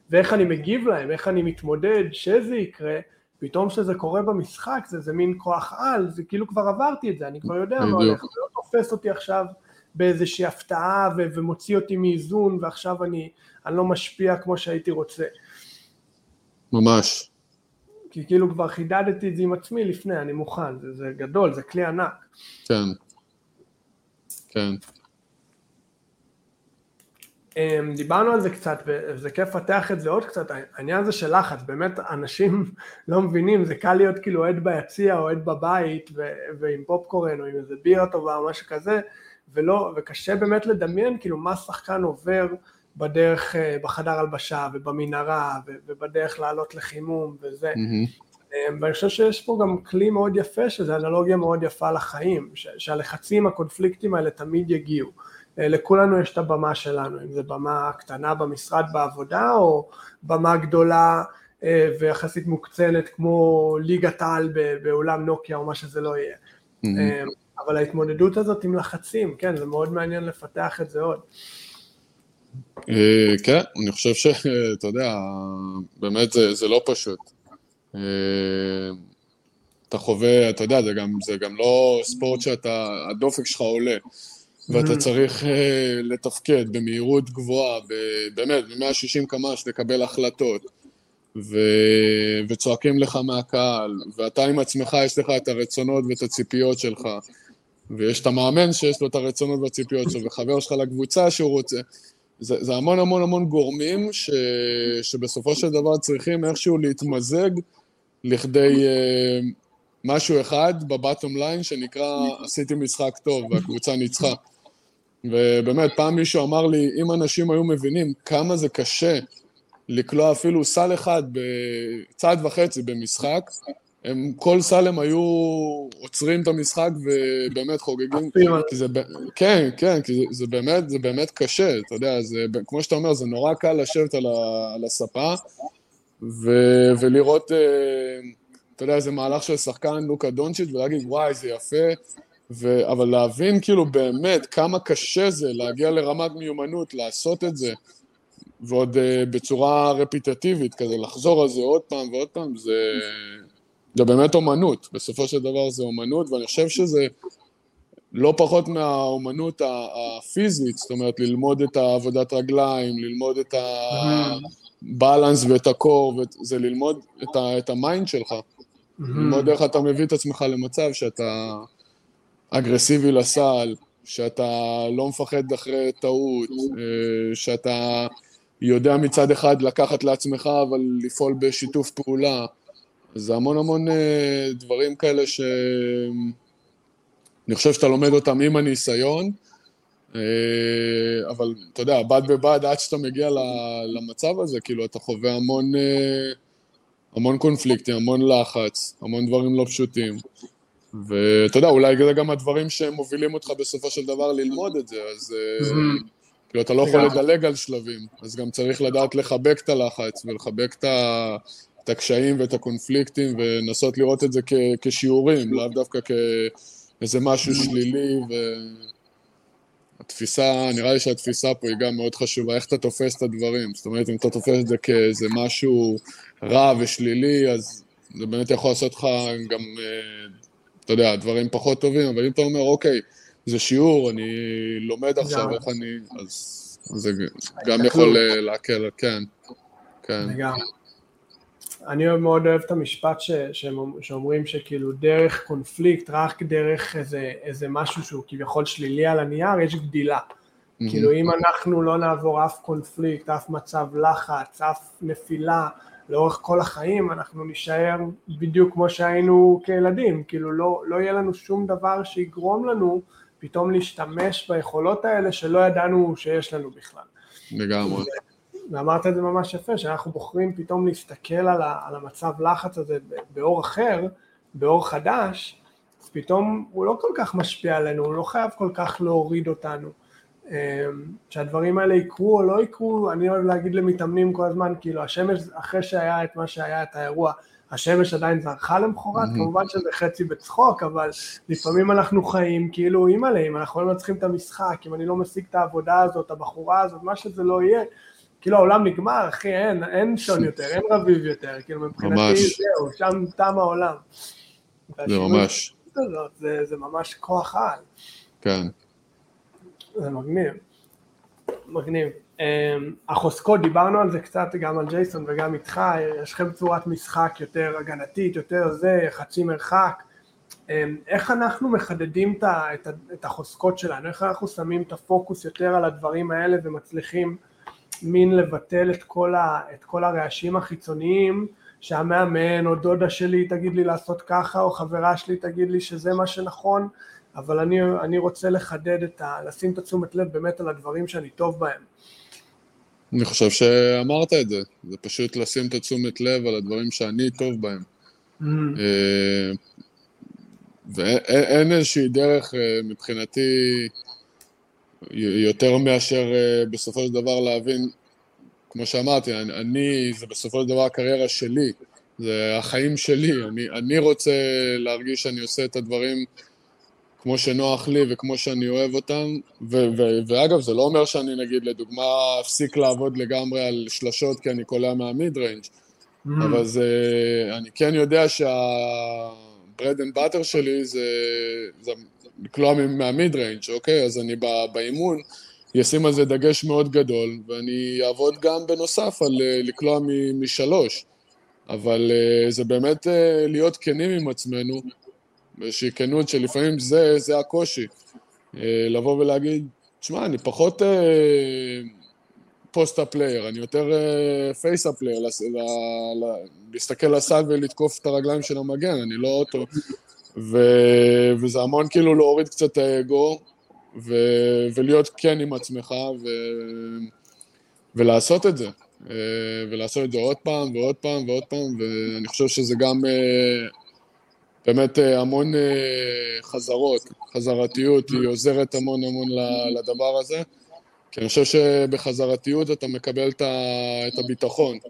ואיך אני מגיב להם, איך אני מתמודד שזה יקרה, פתאום שזה קורה במשחק, זה מין כוח על, זה כאילו כבר עברתי את זה, אני כבר יודע מה הולך, זה לא תופס אותי עכשיו באיזושהי הפתעה ומוציא אותי מאיזון, ועכשיו אני לא משפיע כמו שהייתי רוצה. ממש. כי כאילו כבר חידדתי את זה עם עצמי לפני, אני מוכן, זה גדול, זה כלי ענק. כן, כן. דיברנו על זה קצת, וזה כיף לפתח את זה עוד קצת, העניין הזה של לחץ, באמת אנשים לא מבינים, זה קל להיות כאילו עד ביציע או עד בבית, ועם פופקורן או עם איזה בירה טובה או משהו כזה, וקשה באמת לדמיין כאילו מה שחקן עובר בדרך, בחדר הלבשה ובמנהרה, ובדרך לעלות לחימום וזה. ואני חושב שיש פה גם כלי מאוד יפה, שזה אנלוגיה מאוד יפה לחיים, שהלחצים, הקונפליקטים האלה תמיד יגיעו. לכולנו יש את הבמה שלנו, אם זה במה קטנה במשרד בעבודה, או במה גדולה ויחסית מוקצנת, כמו ליגת העל באולם נוקיה, או מה שזה לא יהיה. אבל ההתמודדות הזאת עם לחצים, כן, זה מאוד מעניין לפתח את זה עוד. כן, אני חושב שאתה יודע, באמת זה לא פשוט. אתה חווה, אתה יודע, זה גם לא ספורט שהדופק שלך עולה, ואתה צריך לתפקד במהירות גבוהה, באמת, ב-160 קמ"ש לקבל החלטות, וצועקים לך מהקהל, ואתה עם עצמך יש לך את הרצונות ואת הציפיות שלך, ויש את המאמן שיש לו את הרצונות והציפיות שלו, וחבר שלך לקבוצה שהוא רוצה. זה המון המון המון גורמים שבסופו של דבר צריכים איכשהו להתמזג לכדי משהו אחד בבטום ליין שנקרא עשיתי משחק טוב והקבוצה ניצחה. ובאמת פעם מישהו אמר לי, אם אנשים היו מבינים כמה זה קשה לקלוע אפילו סל אחד בצעד וחצי במשחק, הם כל סל הם היו עוצרים את המשחק ובאמת חוגגים, כי זה, כן, כי זה באמת קשה, אתה יודע, כמו שאתה אומר, זה נורא קל לשבת על הספה, ולראות, אתה יודע, איזה מהלך של שחקן לוקה דונצ'יץ' ולהגיד, וואי, זה יפה, אבל להבין כאילו באמת כמה קשה זה להגיע לרמת מיומנות, לעשות את זה, ועוד בצורה רפיטטיבית, כזה לחזור על זה עוד פעם ועוד פעם, זה באמת אומנות, בסופו של דבר זה אומנות, ואני חושב שזה לא פחות מהאומנות הפיזית, זאת אומרת, ללמוד את העבודת רגליים, ללמוד את הבלנס ואת הקור, זה ללמוד את המיינד שלך, ללמוד איך אתה מביא את עצמך למצב שאתה אגרסיבי לסל, שאתה לא מפחד אחרי טעות, שאתה יודע מצד אחד לקחת לעצמך, אבל לפעול בשיתוף פעולה, זה המון המון דברים כאלה שאני חושב שאתה לומד אותם עם הניסיון, אבל אתה יודע, בד בבד עד שאתה מגיע למצב הזה, כאילו אתה חווה המון קונפליקטים, המון לחץ, המון דברים לא פשוטים, ואתה יודע, אולי זה גם הדברים שמובילים אותך בסופו של דבר ללמוד את זה, אז כאילו אתה לא יכול לדלג על שלבים, אז גם צריך לדעת לחבק את הלחץ ולחבק את הקשיים ואת הקונפליקטים, ונסות לראות את זה כשיעורים, לאו דווקא כאיזה משהו שלילי, והתפיסה, נראה לי שהתפיסה פה היא גם מאוד חשובה, איך אתה תופס את הדברים, זאת אומרת, אם אתה תופס את זה כאיזה משהו רע ושלילי, אז זה באמת יכול לעשות לך גם, אתה יודע, דברים פחות טובים, אבל אם אתה אומר, אוקיי, זה שיעור, אני לומד עכשיו, איך אני, אז זה גם יכול להקל, כן. לגמרי. אני מאוד אוהב את המשפט שאומרים שכאילו דרך קונפליקט, רק דרך איזה משהו שהוא כביכול שלילי על הנייר, יש גדילה. כאילו אם אנחנו לא נעבור אף קונפליקט, אף מצב לחץ, אף נפילה, לאורך כל החיים, אנחנו נשאר בדיוק כמו שהיינו כילדים, כאילו לא יהיה לנו שום דבר שיגרום לנו פתאום להשתמש ביכולות האלה שלא ידענו שיש לנו בכלל. לגמרי. ואמרת את זה ממש יפה, שאנחנו בוחרים פתאום להסתכל על המצב לחץ הזה באור אחר, באור חדש, אז פתאום הוא לא כל כך משפיע עלינו, הוא לא חייב כל כך להוריד אותנו. שהדברים האלה יקרו או לא יקרו, אני אוהב להגיד למתאמנים כל הזמן, כאילו השמש, אחרי שהיה את מה שהיה, את האירוע, השמש עדיין זרחה למחרת, כמובן שזה חצי בצחוק, אבל לפעמים אנחנו חיים כאילו אימא'לה, אם אנחנו לא מצליחים את המשחק, אם אני לא משיג את העבודה הזאת, הבחורה הזאת, מה שזה לא יהיה, כאילו העולם נגמר, אחי, אין שון יותר, אין רביב יותר, כאילו מבחינתי זהו, שם תם העולם. זה ממש. זה ממש כוח על. כן. זה מגניב. מגניב. החוזקות, דיברנו על זה קצת גם על ג'ייסון וגם איתך, יש לכם צורת משחק יותר הגנתית, יותר זה, חצי מרחק. איך אנחנו מחדדים את החוזקות שלנו, איך אנחנו שמים את הפוקוס יותר על הדברים האלה ומצליחים מין לבטל את כל הרעשים החיצוניים, שהמאמן או דודה שלי תגיד לי לעשות ככה, או חברה שלי תגיד לי שזה מה שנכון, אבל אני רוצה לחדד לשים את התשומת לב באמת על הדברים שאני טוב בהם. אני חושב שאמרת את זה, זה פשוט לשים את התשומת לב על הדברים שאני טוב בהם. ואין איזושהי דרך מבחינתי יותר מאשר בסופו של דבר להבין, כמו שאמרתי, זה בסופו של דבר הקריירה שלי, זה החיים שלי, אני רוצה להרגיש שאני עושה את הדברים כמו שנוח לי וכמו שאני אוהב אותם, ואגב זה לא אומר שאני נגיד לדוגמה אפסיק לעבוד לגמרי על שלשות כי אני קולע מהמיד ריינג', אבל אני כן יודע שהברד אנד באטר שלי זה לקלוע מהמיד ריינג', אוקיי? אז אני באימון ישים על זה דגש מאוד גדול, ואני אעבוד גם בנוסף על לקלוע משלוש, אבל זה באמת להיות כנים עם עצמנו, באיזושהי כנות שלפעמים זה הקושי, לבוא ולהגיד, תשמע, אני פחות פוסט הפלייר, אני יותר פייס הפלייר, להסתכל לסל ולתקוף את הרגליים של המגן, אני לא אוטו, וזה המון כאילו להוריד קצת את האגו, ולהיות כן עם עצמך, ולעשות את זה, ולעשות את זה עוד פעם ועוד פעם ועוד פעם, ואני חושב שזה גם באמת המון חזרתיות, היא עוזרת המון לדבר הזה, כי אני חושב שבחזרתיות אתה מקבל את הביטחון.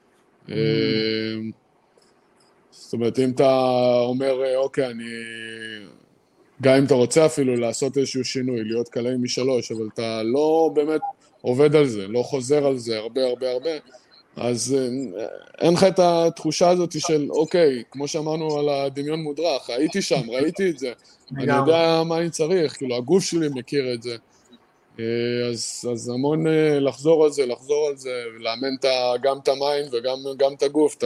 זאת אומרת, אם אתה אומר, אוקיי, גם אם אתה רוצה אפילו לעשות איזשהו שינוי, להיות קלעי משלוש, אבל אתה לא באמת עובד על זה, לא חוזר על זה הרבה, אז אין לך את התחושה הזאת של, אוקיי, כמו שאמרנו על הדמיון מודרך, הייתי שם, ראיתי את זה, אני יודע מה אני צריך, כאילו הגוף שלי מכיר את זה, אז המון לחזור על זה, ולאמן גם את המיינד וגם את הגוף,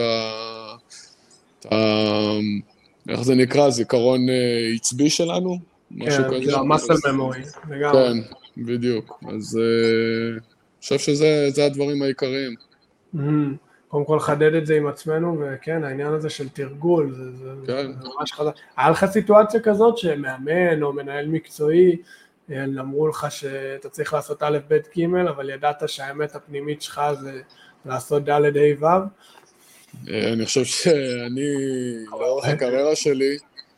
איך זה נקרא, זיכרון עצבי שלנו, משהו כזה. כן, המסל ממורי, כן, בדיוק, אז אני חושב שזה הדברים העיקריים. קודם כל לחדד את זה עם עצמנו, וכן, העניין הזה של תרגול, זה ממש חזק. היה לך סיטואציה כזאת שמאמן או מנהל מקצועי, אמרו לך שאתה צריך לעשות א', ב', ג', אבל ידעת שהאמת הפנימית שלך זה לעשות ד', ה', ו'? אני חושב שאני, לאורך הקריירה שלי,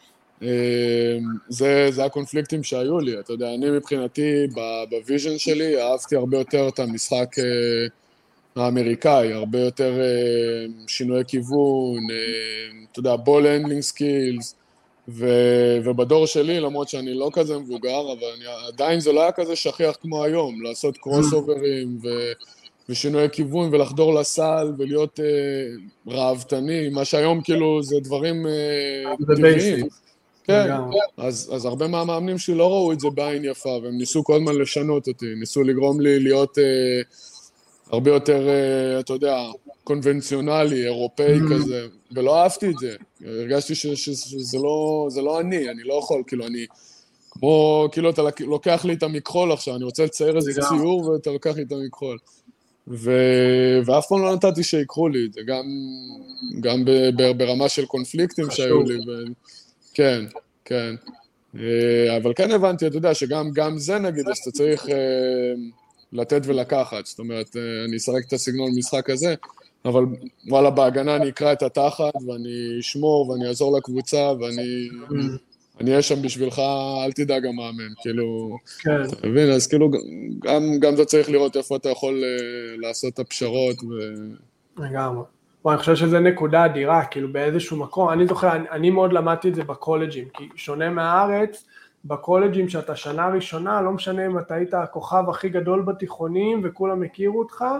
זה הקונפליקטים שהיו לי, אתה יודע, אני מבחינתי, בוויז'ן שלי, אהבתי הרבה יותר את המשחק האמריקאי, הרבה יותר שינוי כיוון, אתה יודע, בול הנדלינג סקילס, ובדור שלי, למרות שאני לא כזה מבוגר, אבל עדיין זה לא היה כזה שכיח כמו היום, לעשות קרוס אוברים ושינוי כיוון ולחדור לסל ולהיות רעבתני, מה שהיום כאילו זה דברים טבעיים. כן, אז הרבה מהמאמנים שלי לא ראו את זה בעין יפה, והם ניסו כל הזמן לשנות אותי, ניסו לגרום לי להיות הרבה יותר, אתה יודע, קונבנציונלי, אירופאי כזה, ולא אהבתי את זה, הרגשתי שזה לא אני לא יכול, כאילו אני, כמו, כאילו אתה לוקח לי את המכחול עכשיו, אני רוצה לצייר איזה ציור ואתה לוקח לי את המכחול, ואף פעם לא נתתי שיקחו לי את זה, גם ברמה של קונפליקטים שהיו לי, כן, אבל כן הבנתי, אתה יודע, שגם זה נגיד, אז אתה צריך לתת ולקחת, זאת אומרת, אני אשחק את הסגנון משחק הזה, אבל וואלה, בהגנה אני אקרא את התחת, ואני אשמור, ואני אעזור לקבוצה, ואני אהיה שם בשבילך, אל תדאג המאמן, כאילו, אתה מבין, אז כאילו, גם אתה צריך לראות איפה אתה יכול לעשות את הפשרות, לגמרי. אני חושב שזה נקודה אדירה, כאילו באיזשהו מקום, אני זוכר, אני מאוד למדתי את זה בקולג'ים, כי שונה מהארץ, בקולג'ים שאתה שנה ראשונה, לא משנה אם אתה היית הכוכב הכי גדול בתיכונים וכולם הכירו אותך,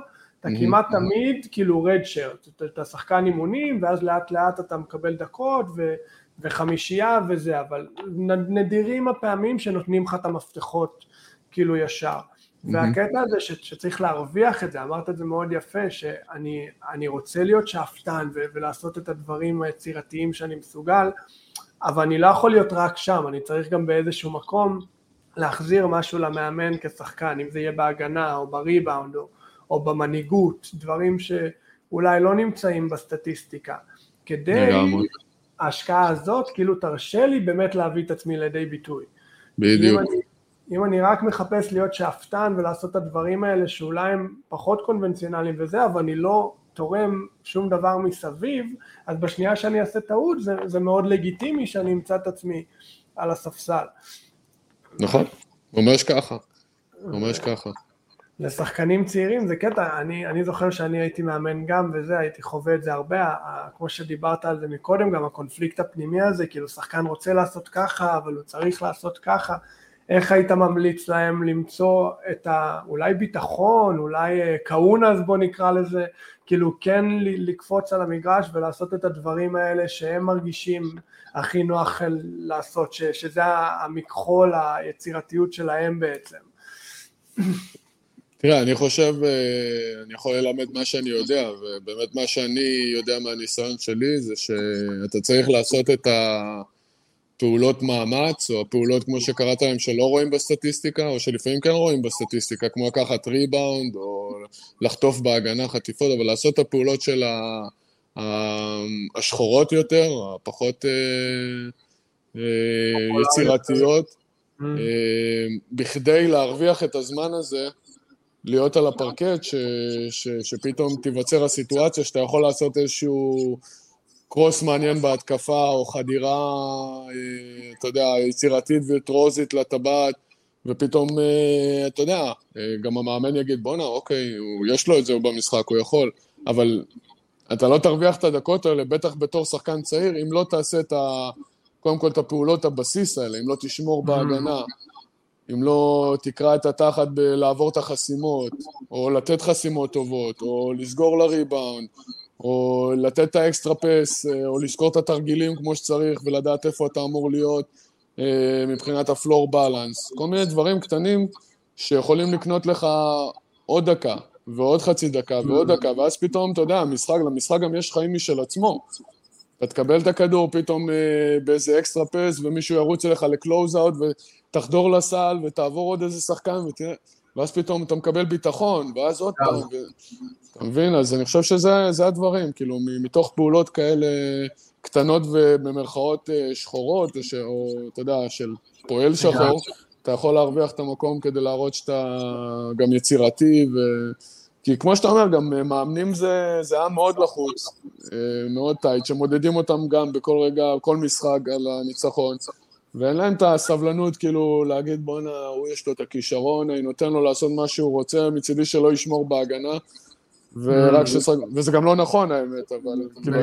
אתה כמעט תמיד כאילו רד שרט, אתה שחקן אימונים, ואז לאט לאט אתה מקבל דקות וחמישייה וזה, אבל נדירים הפעמים שנותנים לך את המפתחות כאילו ישר. והקטע הזה שצריך להרוויח את זה, אמרת את זה מאוד יפה, שאני רוצה להיות שאפתן ולעשות את הדברים היצירתיים שאני מסוגל, אבל אני לא יכול להיות רק שם, אני צריך גם באיזשהו מקום להחזיר משהו למאמן כשחקן, אם זה יהיה בהגנה או בריבאונד או במנהיגות, דברים שאולי לא נמצאים בסטטיסטיקה, כדי ההשקעה הזאת, כאילו תרשה לי באמת להביא את עצמי לידי ביטוי. בדיוק. אם אני רק מחפש להיות שאפתן ולעשות את הדברים האלה שאולי הם פחות קונבנציונליים וזה, אבל אני לא תורם שום דבר מסביב, אז בשנייה שאני אעשה טעות, זה מאוד לגיטימי שאני אמצא את עצמי על הספסל. נכון, ממש ככה, ממש ככה. לשחקנים צעירים זה קטע, אני זוכר שאני הייתי מאמן גם וזה, הייתי חווה את זה הרבה, כמו שדיברת על זה מקודם, גם הקונפליקט הפנימי הזה, כאילו שחקן רוצה לעשות ככה, אבל הוא צריך לעשות ככה, איך היית ממליץ להם למצוא את אולי ביטחון, אולי קאונס בוא נקרא לזה, כאילו כן לקפוץ על המגרש ולעשות את הדברים האלה שהם מרגישים הכי נוח לעשות, שזה המכחול, היצירתיות שלהם בעצם. תראה, אני חושב, אני יכול ללמד מה שאני יודע, ובאמת מה שאני יודע מהניסיון שלי זה שאתה צריך לעשות את הפעולות מאמץ, או הפעולות כמו שקראת להם שלא רואים בסטטיסטיקה, או שלפעמים כן רואים בסטטיסטיקה, כמו לקחת ריבאונד, או לחטוף בהגנה חטיפות, אבל לעשות את הפעולות של השחורות יותר, הפחות יצירתיות, בכדי להרוויח את הזמן הזה, להיות על הפרקט, שפתאום תיווצר הסיטואציה, שאתה יכול לעשות איזשהו קרוס מעניין בהתקפה, או חדירה, אתה יודע, יצירתית וטרוזית לטבעת, ופתאום, אתה יודע, גם המאמן יגיד, בונה, אוקיי, יש לו את זה במשחק, הוא יכול, אבל אתה לא תרוויח את הדקות האלה, בטח בתור שחקן צעיר, אם לא תעשה קודם כל את הפעולות הבסיס האלה, אם לא תשמור בהגנה, אם לא תקרא את התחת בלעבור את החסימות, או לתת חסימות טובות, או לסגור לריבאונד, או לתת את האקסטרה פס, או לזכור את התרגילים כמו שצריך, ולדעת איפה אתה אמור להיות מבחינת הפלור בלנס. כל מיני דברים קטנים שיכולים לקנות לך עוד דקה, ועוד חצי דקה, ועוד דקה, ואז פתאום, אתה יודע, למשחק גם יש חיים משל עצמו. אתה תקבל את הכדור פתאום באיזה אקסטרה פס, ומישהו ירוץ אליך לקלוז-אוט, ותחדור לסל, ותעבור עוד איזה שחקן, ואז פתאום אתה מקבל ביטחון, ואז עוד פעם, אתה מבין? אז אני חושב שזה הדברים, כאילו, מתוך פעולות כאלה קטנות ובמרכאות שחורות, או אתה יודע, של פועל שחור, אתה יכול להרוויח את המקום כדי להראות שאתה גם יצירתי, כי כמו שאתה אומר, גם מאמנים זה היה מאוד לחוץ, מאוד טייט, שמודדים אותם גם בכל רגע, כל משחק על הניצחון, ואין להם את הסבלנות כאילו להגיד בואנה, הוא יש לו את הכישרון, אני נותן לו לעשות מה שהוא רוצה, מצידי שלא ישמור בהגנה, וזה גם לא נכון האמת, אבל כאילו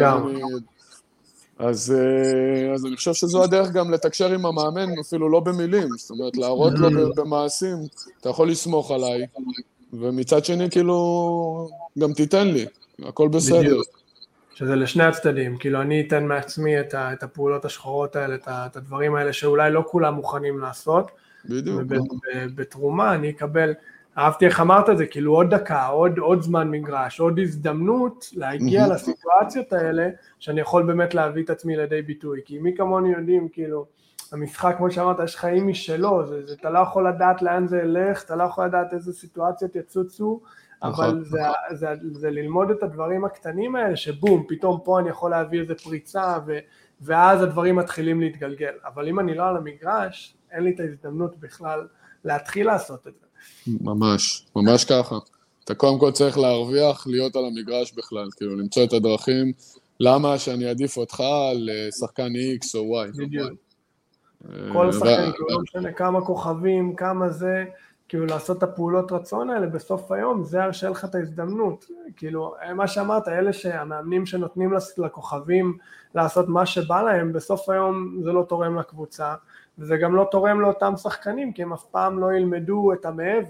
אז אני חושב שזו הדרך גם לתקשר עם המאמן, אפילו לא במילים, זאת אומרת, להראות לו במעשים, אתה יכול לסמוך עליי, ומצד שני כאילו גם תיתן לי, הכל בסדר. בדיוק. שזה לשני הצדדים, כאילו אני אתן מעצמי את הפעולות השחורות האלה, את הדברים האלה שאולי לא כולם מוכנים לעשות, בדיוק. ובתרומה אני אקבל, אהבתי איך אמרת את זה, כאילו עוד דקה, עוד זמן מגרש, עוד הזדמנות להגיע לסיטואציות האלה, שאני יכול באמת להביא את עצמי לידי ביטוי, כי מי כמוני יודעים, כאילו, המשחק, כמו שאמרת, יש חיים משלו, אתה לא יכול לדעת לאן זה ילך, אתה לא יכול לדעת איזה סיטואציות יצוצו, אבל זה ללמוד את הדברים הקטנים האלה, שבום, פתאום פה אני יכול להביא איזה פריצה, ואז הדברים מתחילים להתגלגל. אבל אם אני לא על המגרש, אין לי את ההזדמנות בכלל להתחיל לעשות את זה. ממש, ממש ככה. אתה קודם כל צריך להרוויח, להיות על המגרש בכלל, כאילו למצוא את הדרכים, למה שאני אעדיף אותך לשחקן X או Y. בדיוק. כל שחקן, כאילו לא משנה כמה כוכבים, כמה זה, כאילו לעשות את הפעולות רצון האלה בסוף היום, זה הרשה לך את ההזדמנות, כאילו מה שאמרת, אלה שהמאמנים שנותנים לכוכבים לעשות מה שבא להם, בסוף היום זה לא תורם לקבוצה, וזה גם לא תורם לאותם שחקנים, כי הם אף פעם לא ילמדו את המעבר,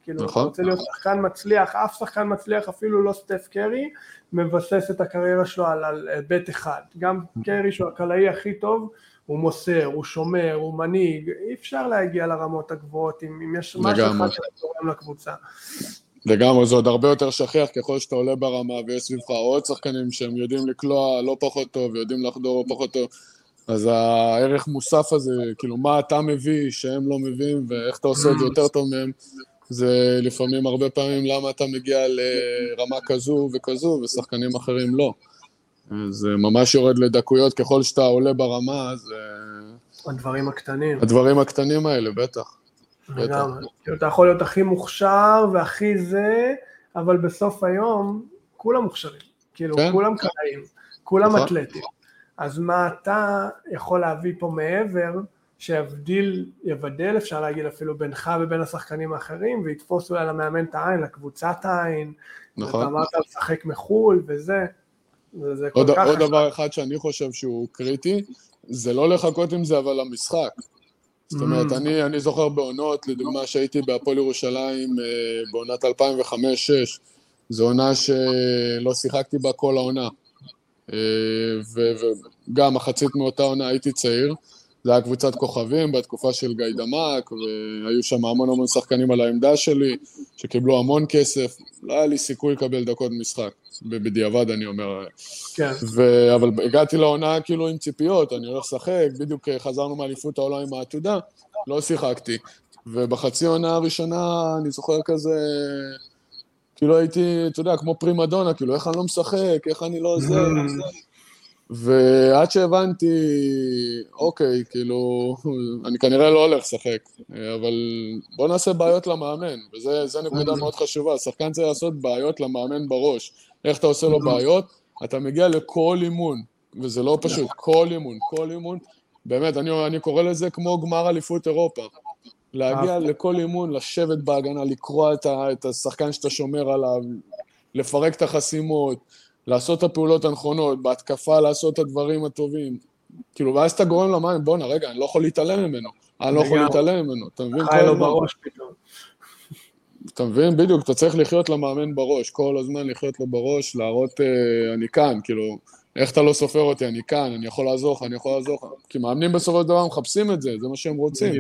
כאילו, אתה רוצה להיות שחקן מצליח, אף שחקן מצליח, אפילו לא סטף קרי, מבסס את הקריירה שלו על בית אחד. גם קרי שהוא הקלעי הכי טוב, הוא מוסר, הוא שומר, הוא מנהיג, אי אפשר להגיע לרמות הגבוהות, אם יש משהו אחד שתורם לקבוצה. לגמרי, זה עוד הרבה יותר שכיח ככל שאתה עולה ברמה, ויש סביבך עוד שחקנים שהם יודעים לקלוע לא פחות טוב, ויודעים לחדור לא פחות טוב, אז הערך מוסף הזה, כאילו מה אתה מביא שהם לא מביאים, ואיך אתה עושה את זה יותר טוב מהם, זה לפעמים הרבה פעמים למה אתה מגיע לרמה כזו וכזו, ושחקנים אחרים לא. זה ממש יורד לדקויות, ככל שאתה עולה ברמה, אז... הדברים הקטנים. הדברים הקטנים האלה, בטח. אתה יכול להיות הכי מוכשר והכי זה, אבל בסוף היום כולם מוכשרים, כאילו כולם קלעים, כולם אתלטים. אז מה אתה יכול להביא פה מעבר, שיבדל, אפשר להגיד אפילו בינך ובין השחקנים האחרים, ויתפוס אולי למאמן את העין, לקבוצת העין, ואתה אמרת לשחק מחול וזה. עוד דבר אחד שאני חושב שהוא קריטי, זה לא לחכות עם זה, אבל למשחק. זאת אומרת, אני זוכר בעונות, לדוגמה שהייתי בהפועל ירושלים בעונת 2005-2006, זו עונה שלא שיחקתי בה כל העונה, וגם מחצית מאותה עונה הייתי צעיר, זה היה קבוצת כוכבים בתקופה של גיא דמק, והיו שם המון שחקנים על העמדה שלי, שקיבלו המון כסף, לא היה לי סיכוי לקבל דקות משחק, בדיעבד אני אומר. כן. אבל הגעתי לעונה כאילו עם ציפיות, אני הולך לשחק, בדיוק חזרנו מאליפות העולם עם העתודה, לא שיחקתי. ובחצי העונה הראשונה אני זוכר כזה, כאילו הייתי, אתה יודע, כמו פרימדונה, כאילו איך אני לא משחק, איך אני לא זה. ועד שהבנתי, אוקיי, כאילו, אני כנראה לא הולך לשחק, אבל בוא נעשה בעיות למאמן, וזה נקודה מאוד חשובה, השחקן צריך לעשות בעיות למאמן בראש, איך אתה עושה לו בעיות, אתה מגיע לכל אימון, וזה לא פשוט, כל אימון, באמת, אני קורא לזה כמו גמר אליפות אירופה, להגיע לכל אימון, לשבת בהגנה, לקרוא את השחקן שאתה שומר עליו, לפרק את החסימות, לעשות את הפעולות הנכונות, בהתקפה לעשות את הדברים הטובים, כאילו, ואז אתה גורם למים, בוא רגע, אני לא יכול להתעלם ממנו, אתה מבין? חי לו בראש פתאום. אתה מבין? בדיוק, אתה צריך לחיות למאמן בראש, כל הזמן לחיות לו בראש, להראות, אני כאן, כאילו, איך אתה לא סופר אותי, אני כאן, אני יכול לעזור לך, כי מאמנים בסופו של דבר מחפשים את זה, זה מה שהם רוצים.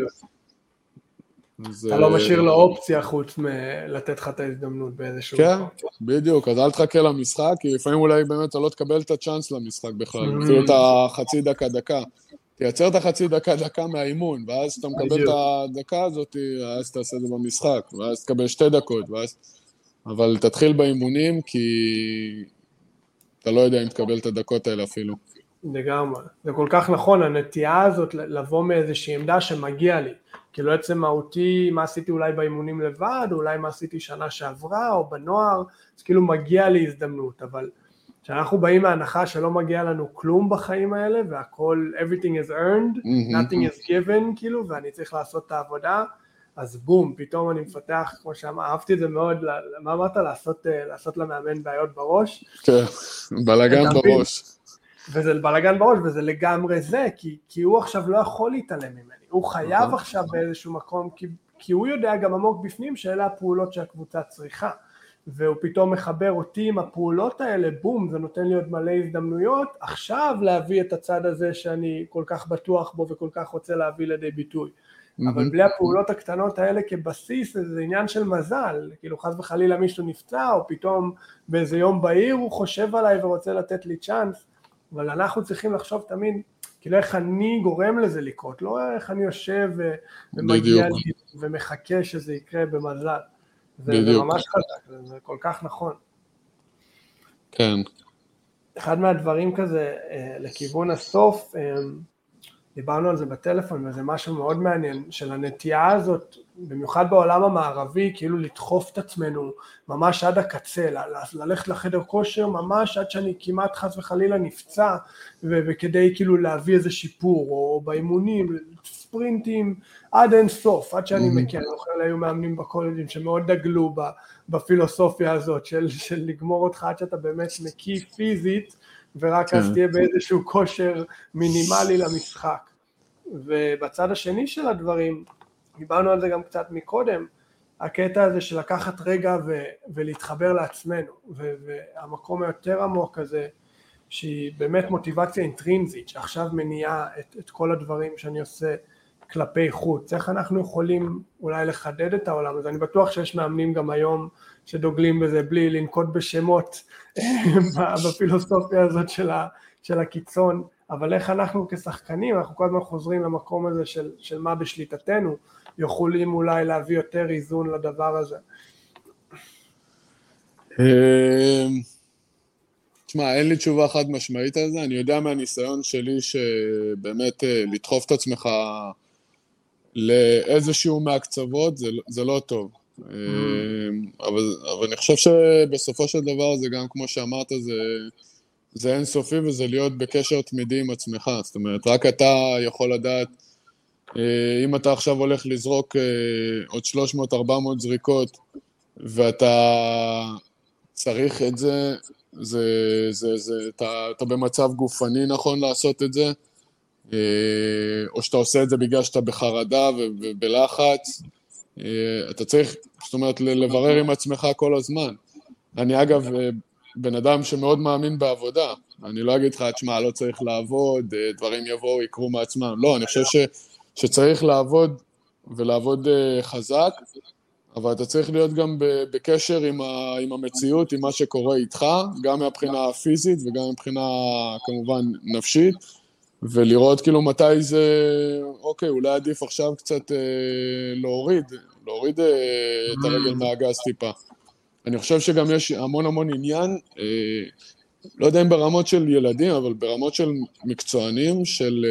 אתה לא משאיר לו אופציה חוץ מלתת לך את ההזדמנות באיזשהו מקום. כן, בדיוק, אז אל תחכה למשחק, כי לפעמים אולי באמת אתה לא תקבל את הצ'אנס למשחק בכלל, אפילו את החצי דקה. תייצר את החצי דקה מהאימון, ואז אתה מקבל את הדקה הזאת, אז תעשה את זה במשחק, ואז תקבל 2 דקות, אבל תתחיל באימונים, כי אתה לא יודע אם תקבל את הדקות האלה אפילו. לגמרי, זה כל כך נכון, הנטייה הזאת לבוא מאיזושהי עמדה שמגיע לי, כאילו עצם מהותי, מה עשיתי אולי באימונים לבד, אולי מה עשיתי שנה שעברה, או בנוער, אז כאילו מגיע לי הזדמנות, אבל כשאנחנו באים מההנחה שלא מגיע לנו כלום בחיים האלה, והכל, everything is earned, nothing is given, כאילו, ואני צריך לעשות את העבודה, אז בום, פתאום אני מפתח, כמו שאהבתי את זה מאוד, מה אמרת? לעשות למאמן בעיות בראש? כן, בלגן בראש. וזה בלגן בראש, וזה לגמרי זה, כי הוא עכשיו לא יכול להתעלם ממני, הוא חייב עכשיו באיזשהו מקום, כי הוא יודע גם עמוק בפנים שאלה הפעולות שהקבוצה צריכה, והוא פתאום מחבר אותי עם הפעולות האלה, בום, זה נותן לי עוד מלא הזדמנויות, עכשיו להביא את הצד הזה שאני כל כך בטוח בו וכל כך רוצה להביא לידי ביטוי. אבל בלי הפעולות הקטנות האלה כבסיס, זה עניין של מזל, כאילו חס וחלילה מישהו נפצע, או פתאום באיזה יום בהיר הוא חושב עליי ורוצה לתת לי צ'אנס, אבל אנחנו צריכים לחשוב תמיד, כאילו איך אני גורם לזה לקרות, לא איך אני יושב ומגיע לי ומחכה שזה יקרה במזל. זה ממש חזק, זה כל כך נכון. כן. אחד מהדברים כזה, לכיוון הסוף, דיברנו על זה בטלפון, וזה משהו מאוד מעניין, של הנטייה הזאת, במיוחד בעולם המערבי, כאילו לדחוף את עצמנו ממש עד הקצה, ללכת לחדר כושר ממש עד שאני כמעט חס וחלילה נפצע, וכדי כאילו להביא איזה שיפור, או באימונים, ספרינטים, עד אין סוף, עד שאני מכיר, אוכל היו מאמנים בקולג'ים שמאוד דגלו בפילוסופיה הזאת, של לגמור אותך עד שאתה באמת מקיא פיזית, ורק אז תהיה באיזשהו כושר מינימלי למשחק. ובצד השני של הדברים, דיברנו על זה גם קצת מקודם, הקטע הזה של לקחת רגע ולהתחבר לעצמנו, והמקום היותר עמוק הזה, שהיא באמת מוטיבציה אינטרינזית, שעכשיו מניעה את כל הדברים שאני עושה כלפי חוץ. איך אנחנו יכולים אולי לחדד את העולם הזה? אני בטוח שיש מאמנים גם היום שדוגלים בזה בלי לנקוט בשמות בפילוסופיה הזאת של הקיצון, אבל איך אנחנו כשחקנים, אנחנו כל הזמן חוזרים למקום הזה של מה בשליטתנו, יכולים אולי להביא יותר איזון לדבר הזה. תשמע, אין לי תשובה חד משמעית על זה, אני יודע מהניסיון שלי שבאמת לדחוף את עצמך לאיזשהו מהקצוות זה לא טוב. אבל אני חושב שבסופו של דבר זה גם כמו שאמרת, זה אינסופי וזה להיות בקשר תמידי עם עצמך, זאת אומרת, רק אתה יכול לדעת, אם אתה עכשיו הולך לזרוק עוד 300-400 זריקות, ואתה צריך את זה, אתה במצב גופני נכון לעשות את זה, או שאתה עושה את זה בגלל שאתה בחרדה ובלחץ, אתה צריך, זאת אומרת, לברר עם עצמך כל הזמן. אני אגב, בן אדם שמאוד מאמין בעבודה, אני לא אגיד לך, תשמע, לא צריך לעבוד, דברים יבואו, יקרו מעצמם, לא, אני חושב שצריך לעבוד ולעבוד חזק, אבל אתה צריך להיות גם בקשר עם המציאות, עם מה שקורה איתך, גם מהבחינה הפיזית וגם מבחינה כמובן נפשית, ולראות כאילו מתי זה, אוקיי, אולי עדיף עכשיו קצת להוריד את הרגל מהגז טיפה. אני חושב שגם יש המון עניין, לא יודע אם ברמות של ילדים, אבל ברמות של מקצוענים,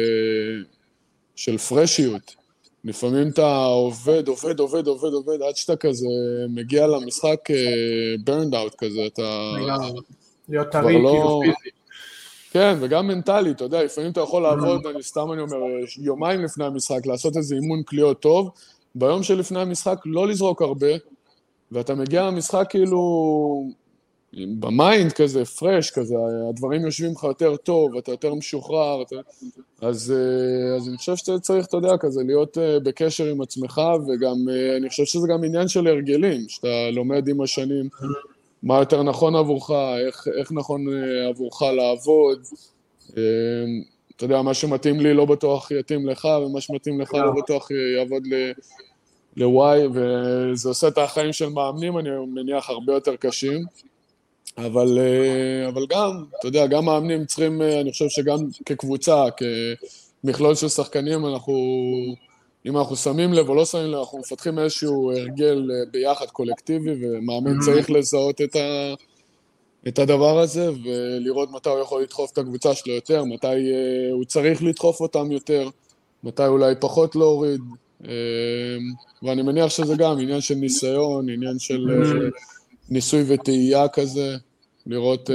של פרשיות. לפעמים אתה עובד, עד שאתה כזה מגיע למשחק burned out כזה, אתה... להיות טרי, כאילו פיזי. כן, וגם מנטלי, אתה יודע, לפעמים אתה יכול לעבוד, אני אומר, יומיים לפני המשחק, לעשות איזה אימון קליעות טוב, ביום שלפני המשחק לא לזרוק הרבה, ואתה מגיע למשחק כאילו, במיינד כזה, פרש כזה, הדברים יושבים לך יותר טוב, אתה יותר משוחרר, אז אני חושב שאתה צריך, אתה יודע, כזה, להיות בקשר עם עצמך, וגם, אני חושב שזה גם עניין של הרגלים, שאתה לומד עם השנים, מה יותר נכון עבורך, איך נכון עבורך לעבוד, אתה יודע, מה שמתאים לי לא בטוח יתאים לך, ומה שמתאים לך לא בטוח יעבוד לוואי, וזה עושה את החיים של מאמנים, אני מניח, הרבה יותר קשים, אבל גם, אתה יודע, גם מאמנים צריכים, אני חושב שגם כקבוצה, כמכלול של שחקנים, אם אנחנו שמים לב או לא שמים לב, אנחנו מפתחים איזשהו הרגל ביחד קולקטיבי, ומאמן צריך לזהות את הדבר הזה, ולראות מתי הוא יכול לדחוף את הקבוצה שלו יותר, מתי הוא צריך לדחוף אותם יותר, מתי אולי פחות להוריד, ואני מניח שזה גם עניין של ניסיון, עניין של ניסוי וטעייה כזה, לראות,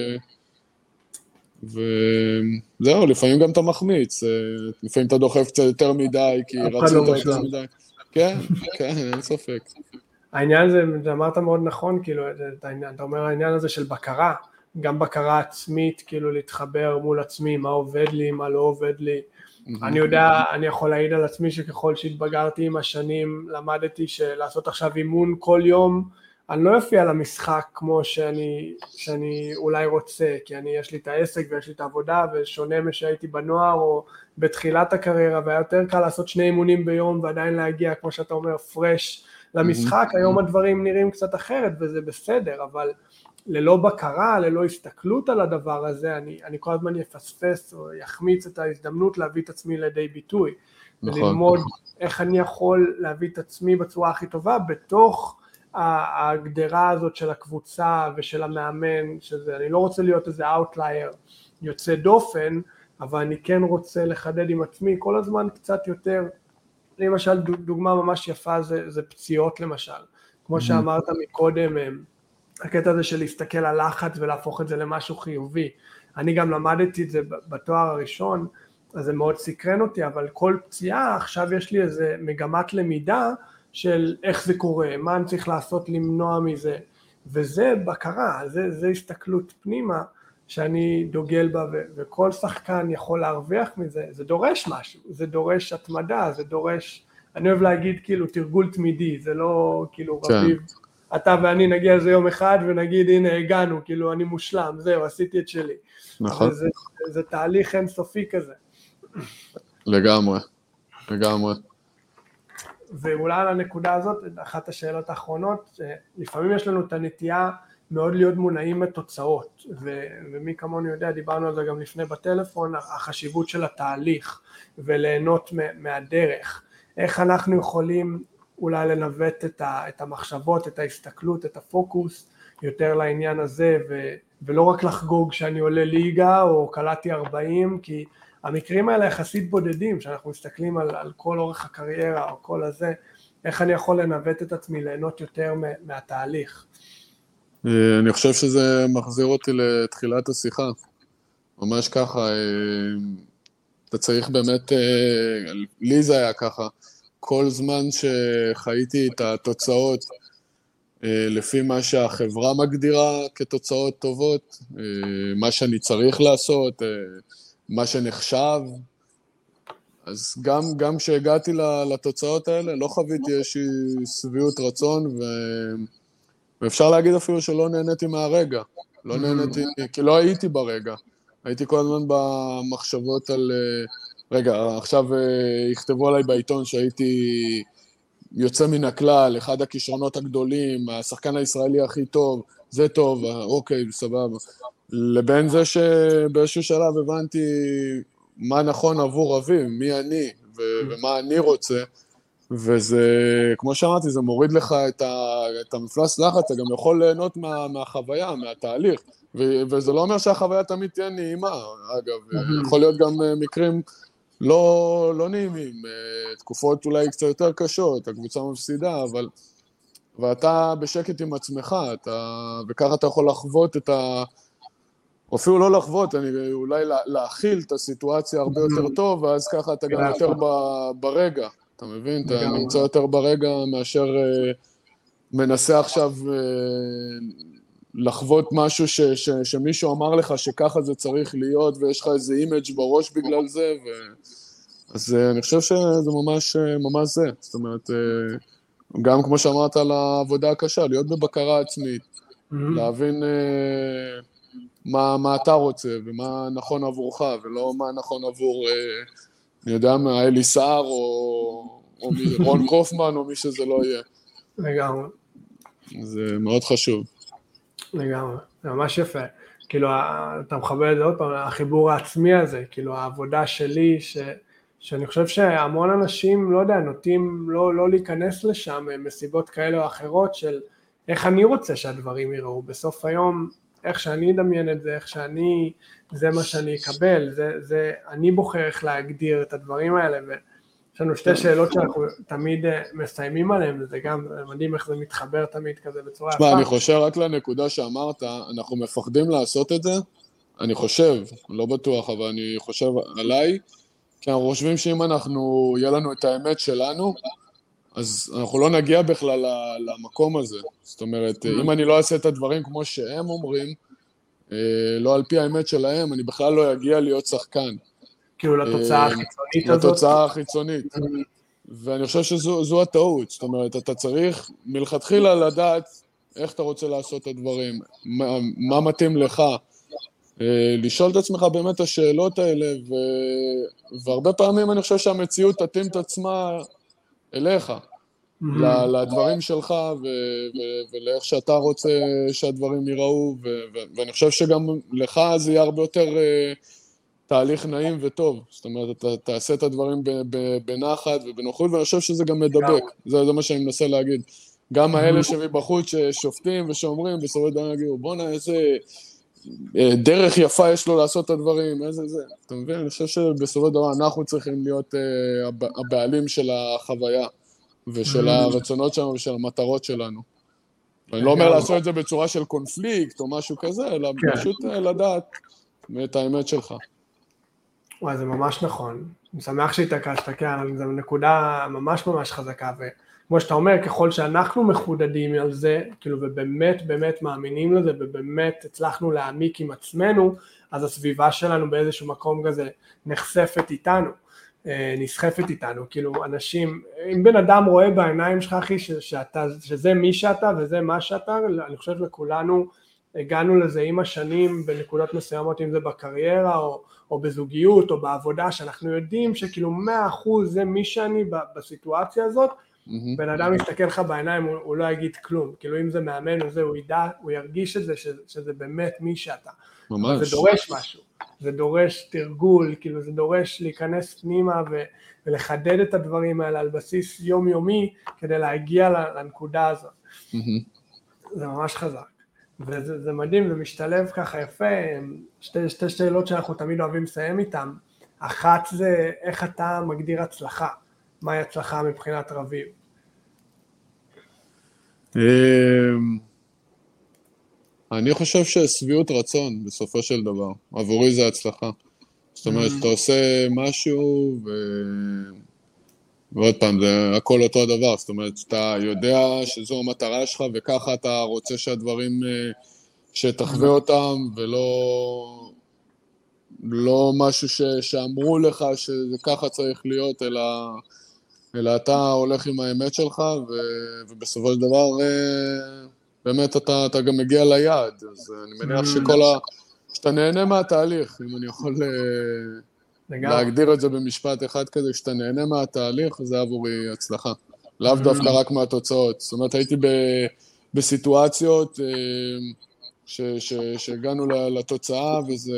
וזהו, לפעמים גם אתה מחמיץ, לפעמים אתה דוחף קצת יותר מדי, כי רצית יותר מדי. כן, אין ספק. העניין הזה, אמרת מאוד נכון, כאילו, אתה אומר העניין הזה של בקרה, גם בקרה עצמית, כאילו להתחבר מול עצמי, מה עובד לי, מה לא עובד לי. אני יודע, אני יכול להעיד על עצמי שככל שהתבגרתי עם השנים, למדתי שלעשות עכשיו אימון כל יום, אני לא אופיע למשחק כמו שאני אולי רוצה, כי יש לי את העסק ויש לי את העבודה, ושונה משהייתי בנוער או בתחילת הקריירה, והיה יותר קל לעשות 2 אימונים ביום, ועדיין להגיע, כמו שאתה אומר, פרש למשחק. היום הדברים נראים קצת אחרת, וזה בסדר, אבל ללא בקרה, ללא הסתכלות על הדבר הזה, אני כל הזמן יפספס או יחמיץ את ההזדמנות להביא את עצמי לידי ביטוי, וללמוד איך אני יכול להביא את עצמי בצורה הכי טובה, בתוך ההגדרה הזאת של הקבוצה ושל המאמן, אני לא רוצה להיות איזה אאוטלייר יוצא דופן, אבל אני כן רוצה לחדד עם עצמי כל הזמן קצת יותר. למשל, דוגמה ממש יפה זה פציעות למשל, כמו שאמרת מקודם, הקטע הזה של להסתכל על לחץ ולהפוך את זה למשהו חיובי. אני גם למדתי את זה בתואר הראשון, אז זה מאוד סקרן אותי, אבל כל פציעה, עכשיו יש לי איזה מגמת למידה של איך זה קורה, מה אני צריך לעשות למנוע מזה, וזה בקרה, זה הסתכלות פנימה שאני דוגל בה, וכל שחקן יכול להרוויח מזה. זה דורש משהו, זה דורש התמדה, זה דורש אני אוהב להגיד כאילו תרגול תמידי, זה לא כאילו רביב, אתה ואני נגיע איזה יום אחד ונגיד הנה הגענו, כאילו אני מושלם, זהו, עשיתי את שלי. נכון. זה תהליך אינסופי כזה. לגמרי, לגמרי. ואולי על הנקודה הזאת, אחת השאלות האחרונות, לפעמים יש לנו את הנטייה מאוד להיות מונעים מתוצאות, ומי כמוני יודע, דיברנו על זה גם לפני בטלפון, החשיבות של התהליך, וליהנות מהדרך. איך אנחנו יכולים אולי לנווט את המחשבות, את ההסתכלות, את הפוקוס, יותר לעניין הזה, ולא רק לחגוג שאני עולה ליגה, או קלעתי 40, כי המקרים האלה יחסית בודדים, שאנחנו מסתכלים על כל אורך הקריירה, או כל הזה, איך אני יכול לנווט את עצמי, ליהנות יותר מהתהליך. אני חושב שזה מחזיר אותי לתחילת השיחה. ממש ככה, אתה צריך באמת, לי זה היה ככה, כל זמן שחייתי את התוצאות, לפי מה שהחברה מגדירה כתוצאות טובות, מה שאני צריך לעשות, מה שנחשב, אז גם כשהגעתי לתוצאות האלה, לא חוויתי איזושהי שביעות רצון, ואפשר להגיד אפילו שלא נהניתי מהרגע, לא נהניתי, כי לא הייתי ברגע, הייתי כל הזמן במחשבות על, רגע, עכשיו יכתבו עליי בעיתון שהייתי יוצא מן הכלל, אחד הכישרונות הגדולים, השחקן הישראלי הכי טוב, זה טוב, אוקיי, סבבה. לבין זה שבאיזשהו שלב הבנתי מה נכון עבור רביב, מי אני ומה אני רוצה, וזה, כמו שאמרתי, זה מוריד לך את המפלס לחץ, אתה גם יכול ליהנות מהחוויה, מהתהליך, וזה לא אומר שהחוויה תמיד תהיה נעימה, אגב, יכול להיות גם מקרים לא נעימים, תקופות אולי קצת יותר קשות, הקבוצה מפסידה, אבל ואתה בשקט עם עצמך, וככה אתה יכול לחוות או אפילו לא לחוות, אולי להכיל את הסיטואציה הרבה יותר טוב, ואז ככה אתה גם יותר ברגע, אתה מבין? אתה נמצא יותר ברגע מאשר מנסה עכשיו לחוות משהו שמישהו אמר לך שככה זה צריך להיות, ויש לך איזה אימג' בראש בגלל זה, אז אני חושב שזה ממש זה, זאת אומרת, גם כמו שאמרת על העבודה הקשה, להיות בבקרה עצמית, להבין מה אתה רוצה ומה נכון עבורך, ולא מה נכון עבור, אני יודע מה, אלי סער או רון קופמן או מי שזה לא יהיה. לגמרי. זה מאוד חשוב. לגמרי, זה ממש יפה. כאילו, אתה מכבד את זה עוד פעם, החיבור העצמי הזה, כאילו העבודה שלי, שאני חושב שהמון אנשים, לא יודע, נוטים לא להיכנס לשם, מסיבות כאלה או אחרות של איך אני רוצה שהדברים יראו. בסוף היום, איך שאני אדמיין את זה, איך שאני, זה מה שאני אקבל, זה אני בוחר איך להגדיר את הדברים האלה, ויש לנו שתי שאלות שאנחנו תמיד מסיימים עליהן, וזה גם מדהים איך זה מתחבר תמיד כזה בצורה יפה. אני חושב רק לנקודה שאמרת, אנחנו מפחדים לעשות את זה, אני חושב, לא בטוח, אבל אני חושב עליי, כי אנחנו חושבים שאם יהיה לנו את האמת שלנו, אז אנחנו לא נגיע בכלל למקום הזה. זאת אומרת, אם אני לא אעשה את הדברים כמו שהם אומרים, לא על פי האמת שלהם, אני בכלל לא אגיע להיות שחקן. כאילו לתוצאה החיצונית הזאת? לתוצאה החיצונית. ואני חושב שזו הטעות. זאת אומרת, אתה צריך מלכתחילה לדעת איך אתה רוצה לעשות את הדברים, מה מתאים לך. לשאול את עצמך באמת השאלות האלה, והרבה פעמים אני חושב שהמציאות תתאים את עצמה אליך, לדברים שלך, ולאיך שאתה רוצה שהדברים ייראו, ואני חושב שגם לך זה יהיה הרבה יותר תהליך נעים וטוב, זאת אומרת, אתה תעשה את הדברים בנחת ובנוחות, ואני חושב שזה גם מדבק, זה מה שאני מנסה להגיד. גם האלה שמבחוץ ששופטים ושאומרים, בסופו של דבר יגידו, בוא'נה, איזה דרך יפה יש לו לעשות את הדברים, איזה זה. אתה מבין? אני חושב שבסופו של דבר אנחנו צריכים להיות הבעלים של החוויה, ושל הרצונות שלנו ושל המטרות שלנו. אני לא אומר לעשות את זה בצורה של קונפליקט או משהו כזה, אלא פשוט לדעת את האמת שלך. וואי, זה ממש נכון. אני שמח שהתעקשת, כן, זו נקודה ממש ממש חזקה, וכמו שאתה אומר, ככל שאנחנו מחודדים על זה, כאילו, ובאמת באמת מאמינים לזה, ובאמת הצלחנו להעמיק עם עצמנו, אז הסביבה שלנו באיזשהו מקום כזה נחשפת איתנו. נסחפת איתנו, כאילו אנשים, אם בן אדם רואה בעיניים שלך אחי שזה מי שאתה וזה מה שאתה, אני חושב לכולנו הגענו לזה עם השנים בנקודות מסוימות, אם זה בקריירה או בזוגיות או בעבודה, שאנחנו יודעים שכאילו 100% זה מי שאני בסיטואציה הזאת, בן אדם יסתכל לך בעיניים, הוא לא יגיד כלום, כאילו אם זה מאמן או זה, הוא ידע, הוא ירגיש את זה, שזה באמת מי שאתה. ממש. זה דורש משהו, זה דורש תרגול, כאילו זה דורש להיכנס פנימה ולחדד את הדברים האלה על בסיס יומיומי, כדי להגיע לנקודה הזאת. זה ממש חזק. וזה מדהים, זה משתלב ככה יפה, שתי שאלות שאנחנו תמיד אוהבים לסיים איתן. אחת זה איך אתה מגדיר הצלחה, מהי הצלחה מבחינת רביב? אני חושב ששביעות רצון בסופו של דבר, עבורי זה הצלחה. זאת אומרת, אתה עושה משהו ועוד פעם, זה הכל אותו דבר, זאת אומרת, אתה יודע שזו המטרה שלך וככה אתה רוצה שהדברים, שתחווה אותם ולא משהו שאמרו לך שזה ככה צריך להיות, אלא אתה הולך עם האמת שלך ובסופו של דבר באמת אתה גם מגיע ליעד, אז אני מניח שאתה נהנה מהתהליך, אם אני יכול להגדיר את זה במשפט אחד כזה, שאתה נהנה מהתהליך, זה עבורי הצלחה. לאו דווקא רק מהתוצאות. זאת אומרת, הייתי בסיטואציות שהגענו לתוצאה,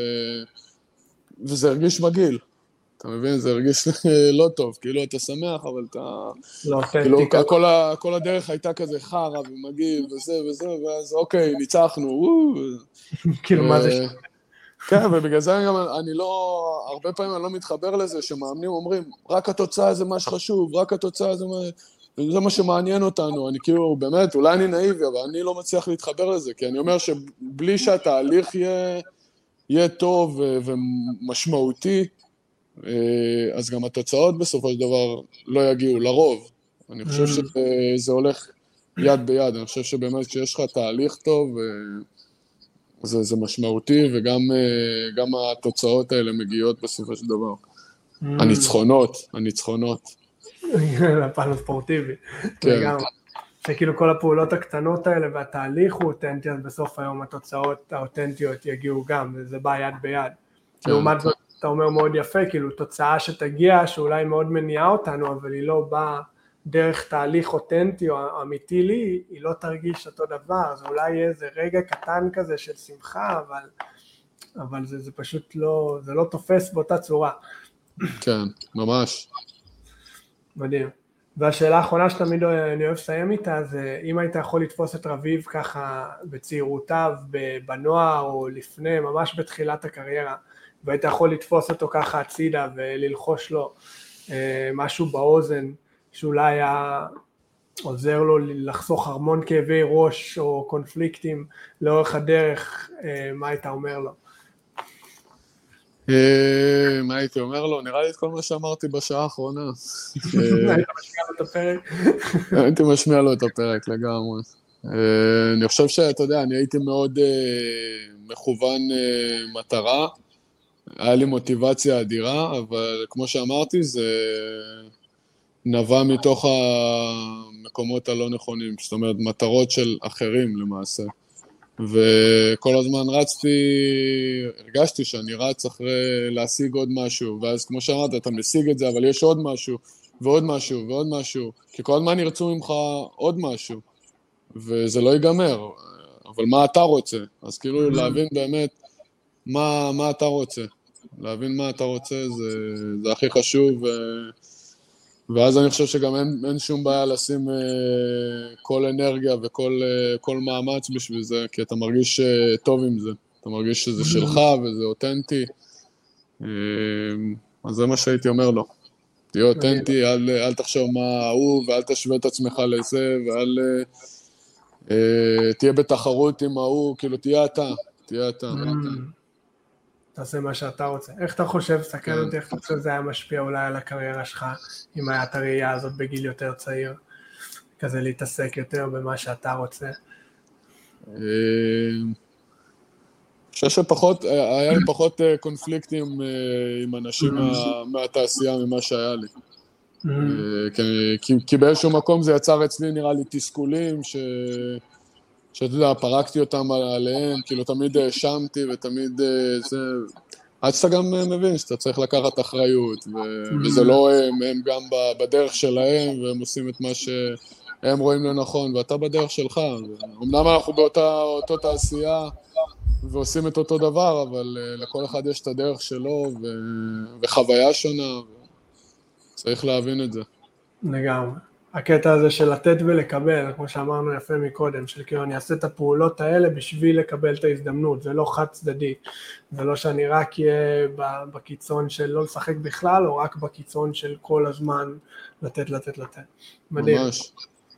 וזה הרגיש מגעיל. אתה מבין? זה הרגיש לא טוב, כאילו אתה שמח, אבל אתה... כאילו כל הדרך הייתה כזה חרא ומגעיל וזה, ואז אוקיי, ניצחנו, כאילו מה זה שם? כן, ובגלל זה גם הרבה פעמים אני לא מתחבר לזה, שמאמנים אומרים, רק התוצאה זה מה שחשוב, רק התוצאה זה מה שמעניין אותנו, אני כאילו, באמת, אולי אני נאיבי, אבל אני לא מצליח להתחבר לזה, כי אני אומר שבלי שהתהליך יהיה טוב ומשמעותי, אז גם התוצאות בסופו של דבר לא יגיעו, לרוב. אני חושב שזה הולך יד ביד, אני חושב שבאמת שיש לך תהליך טוב, זה משמעותי, וגם התוצאות האלה מגיעות בסופו של דבר. הניצחונות. לפן הספורטיבי. כן. שכאילו כל הפעולות הקטנות האלה והתהליך הוא אותנטי, אז בסוף היום התוצאות האותנטיות יגיעו גם, וזה בא יד ביד. לעומת זאת, אתה אומר מאוד יפה, כאילו תוצאה שתגיע, שאולי מאוד מניעה אותנו, אבל היא לא באה דרך תהליך אותנטי או אמיתי לי, היא לא תרגיש אותו דבר, זה אולי יהיה איזה רגע קטן כזה של שמחה, אבל זה פשוט לא, זה לא תופס באותה צורה. כן, ממש. מדהים. והשאלה האחרונה שתמיד אני אוהב לסיים איתה, זה אם היית יכול לתפוס את רביב ככה בצעירותיו, בנוער או לפני, ממש בתחילת הקריירה, והיית יכול לתפוס אותו ככה הצידה וללחוש לו משהו באוזן, שאולי היה עוזר לו לחסוך המון כאבי ראש או קונפליקטים לאורך הדרך, מה היית אומר לו? מה הייתי אומר לו? נראה לי את כל מה שאמרתי בשעה האחרונה. היית משמיע לו את הפרק? הייתי משמיע לו את הפרק לגמרי. אני חושב שאתה יודע, אני הייתי מאוד מכוון מטרה, היה לי מוטיבציה אדירה, אבל כמו שאמרתי, זה נבע מתוך המקומות הלא נכונים, זאת אומרת, מטרות של אחרים למעשה. וכל הזמן הרגשתי שאני רץ אחרי להשיג עוד משהו, ואז כמו שאמרת, אתה משיג את זה, אבל יש עוד משהו, ועוד משהו, ועוד משהו, כי כל הזמן ירצו ממך עוד משהו, וזה לא ייגמר, אבל מה אתה רוצה? אז כאילו להבין באמת מה אתה רוצה. להבין מה אתה רוצה, זה הכי חשוב, ואז אני חושב שגם אין שום בעיה לשים כל אנרגיה וכל מאמץ בשביל זה, כי אתה מרגיש טוב עם זה, אתה מרגיש שזה שלך וזה אותנטי, אז זה מה שהייתי אומר לו, תהיה אותנטי, אל תחשוב מה הוא, ואל תשווה את עצמך לזה, תהיה בתחרות עם ההוא, כאילו תהיה אתה. תעשה מה שאתה רוצה. איך אתה חושב, סכן אותי, איך אתה חושב זה היה משפיע אולי על הקריירה שלך, אם היה את הראייה הזאת בגיל יותר צעיר, כזה להתעסק יותר במה שאתה רוצה? חושב שפחות, היה לי פחות קונפליקטים עם אנשים מהתעשייה ממה שהיה לי. כי באיזשהו מקום זה יצר אצלי, נראה לי, תסכולים, שאתה יודע, פרקתי אותם עליהם, כאילו תמיד האשמתי ותמיד זה... עד שאתה גם מבין שאתה צריך לקחת אחריות, וזה לא הם גם בדרך שלהם, והם עושים את מה שהם רואים לנכון, ואתה בדרך שלך. אמנם אנחנו באותו תעשייה, ועושים את אותו דבר, אבל לכל אחד יש את הדרך שלו, וחוויה שונה, צריך להבין את זה. לגמרי. הקטע הזה של לתת ולקבל, כמו שאמרנו יפה מקודם, של כאילו אני אעשה את הפעולות האלה בשביל לקבל את ההזדמנות, זה לא חד צדדי, זה לא שאני רק אהיה בקיצון של לא לשחק בכלל, או רק בקיצון של כל הזמן לתת. מדהים. ממש.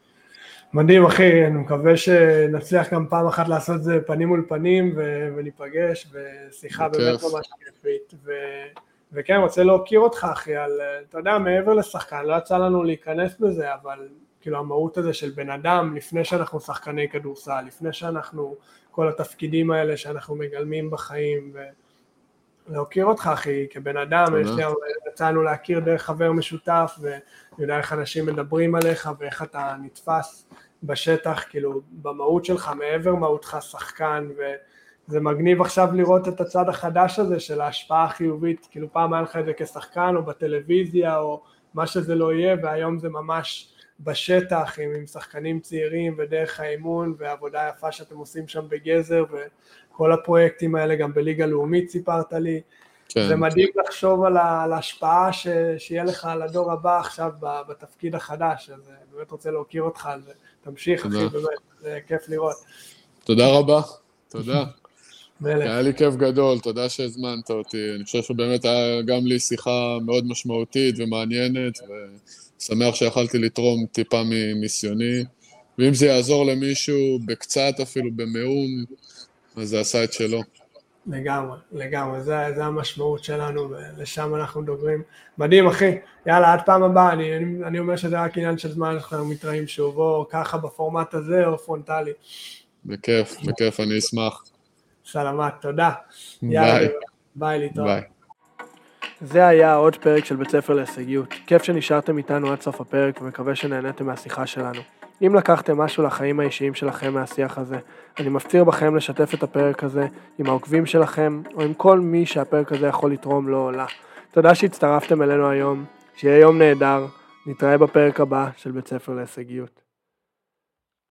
מדהים אחי, אני מקווה שנצליח גם פעם אחת לעשות את זה פנים מול פנים וניפגש, ושיחה באמת ממש כיפית, וכן, רוצה להוקיר אותך אחי, אתה יודע, מעבר לשחקן, לא יצא לנו להיכנס בזה, אבל כאילו המהות הזה של בן אדם, לפני שאנחנו שחקני כדורסל, לפני שאנחנו, כל התפקידים האלה שאנחנו מגלמים בחיים, ולהוקיר אותך אחי, כבן אדם, יצאנו להכיר דרך חבר משותף, ויודע איך אנשים מדברים עליך, ואיך אתה נתפס בשטח, כאילו במהות שלך, מעבר מהותך שחקן, זה מגניב עכשיו לראות את הצד החדש הזה של ההשפעה החיובית, כאילו פעם היה לך את זה כשחקן או בטלוויזיה או מה שזה לא יהיה, והיום זה ממש בשטח עם שחקנים צעירים ודרך האימון והעבודה יפה שאתם עושים שם בגזר וכל הפרויקטים האלה גם בליגה לאומית סיפרת לי. כן. זה מדהים לחשוב על ההשפעה שיהיה לך על הדור הבא עכשיו בתפקיד החדש, אז באמת רוצה להוקיר אותך על זה. תמשיך אחי, באמת, זה כיף לראות. תודה רבה, תודה. היה לי כיף גדול, תודה שהזמנת אותי, אני חושב שבאמת היה גם לי שיחה מאוד משמעותית ומעניינת, ושמח שיכלתי לתרום טיפה מניסיוני, ואם זה יעזור למישהו בקצת אפילו במאום, אז זה עשה את שלו. לגמרי, זה המשמעות שלנו, ולשם אנחנו דוגרים. מדהים אחי, יאללה, עד פעם הבאה, אני אומר שזה רק עניין של זמן, אנחנו מתראים שוב, או ככה בפורמט הזה, או פרונטלי. בכיף, אני אשמח. סלמת, תודה. יאללה, ביי להתראות. ביי. זה היה עוד פרק של בית ספר להישגיות. כיף שנשארתם איתנו עד סוף הפרק ומקווה שנהניתם מהשיחה שלנו. אם לקחתם משהו לחיים האישיים שלכם מהשיח הזה, אני מפציר בכם לשתף את הפרק הזה עם העוקבים שלכם או עם כל מי שהפרק הזה יכול לתרום לו או לה. תודה שהצטרפתם אלינו היום, שיהיה יום נהדר, נתראה בפרק הבא של בית ספר להישגיות.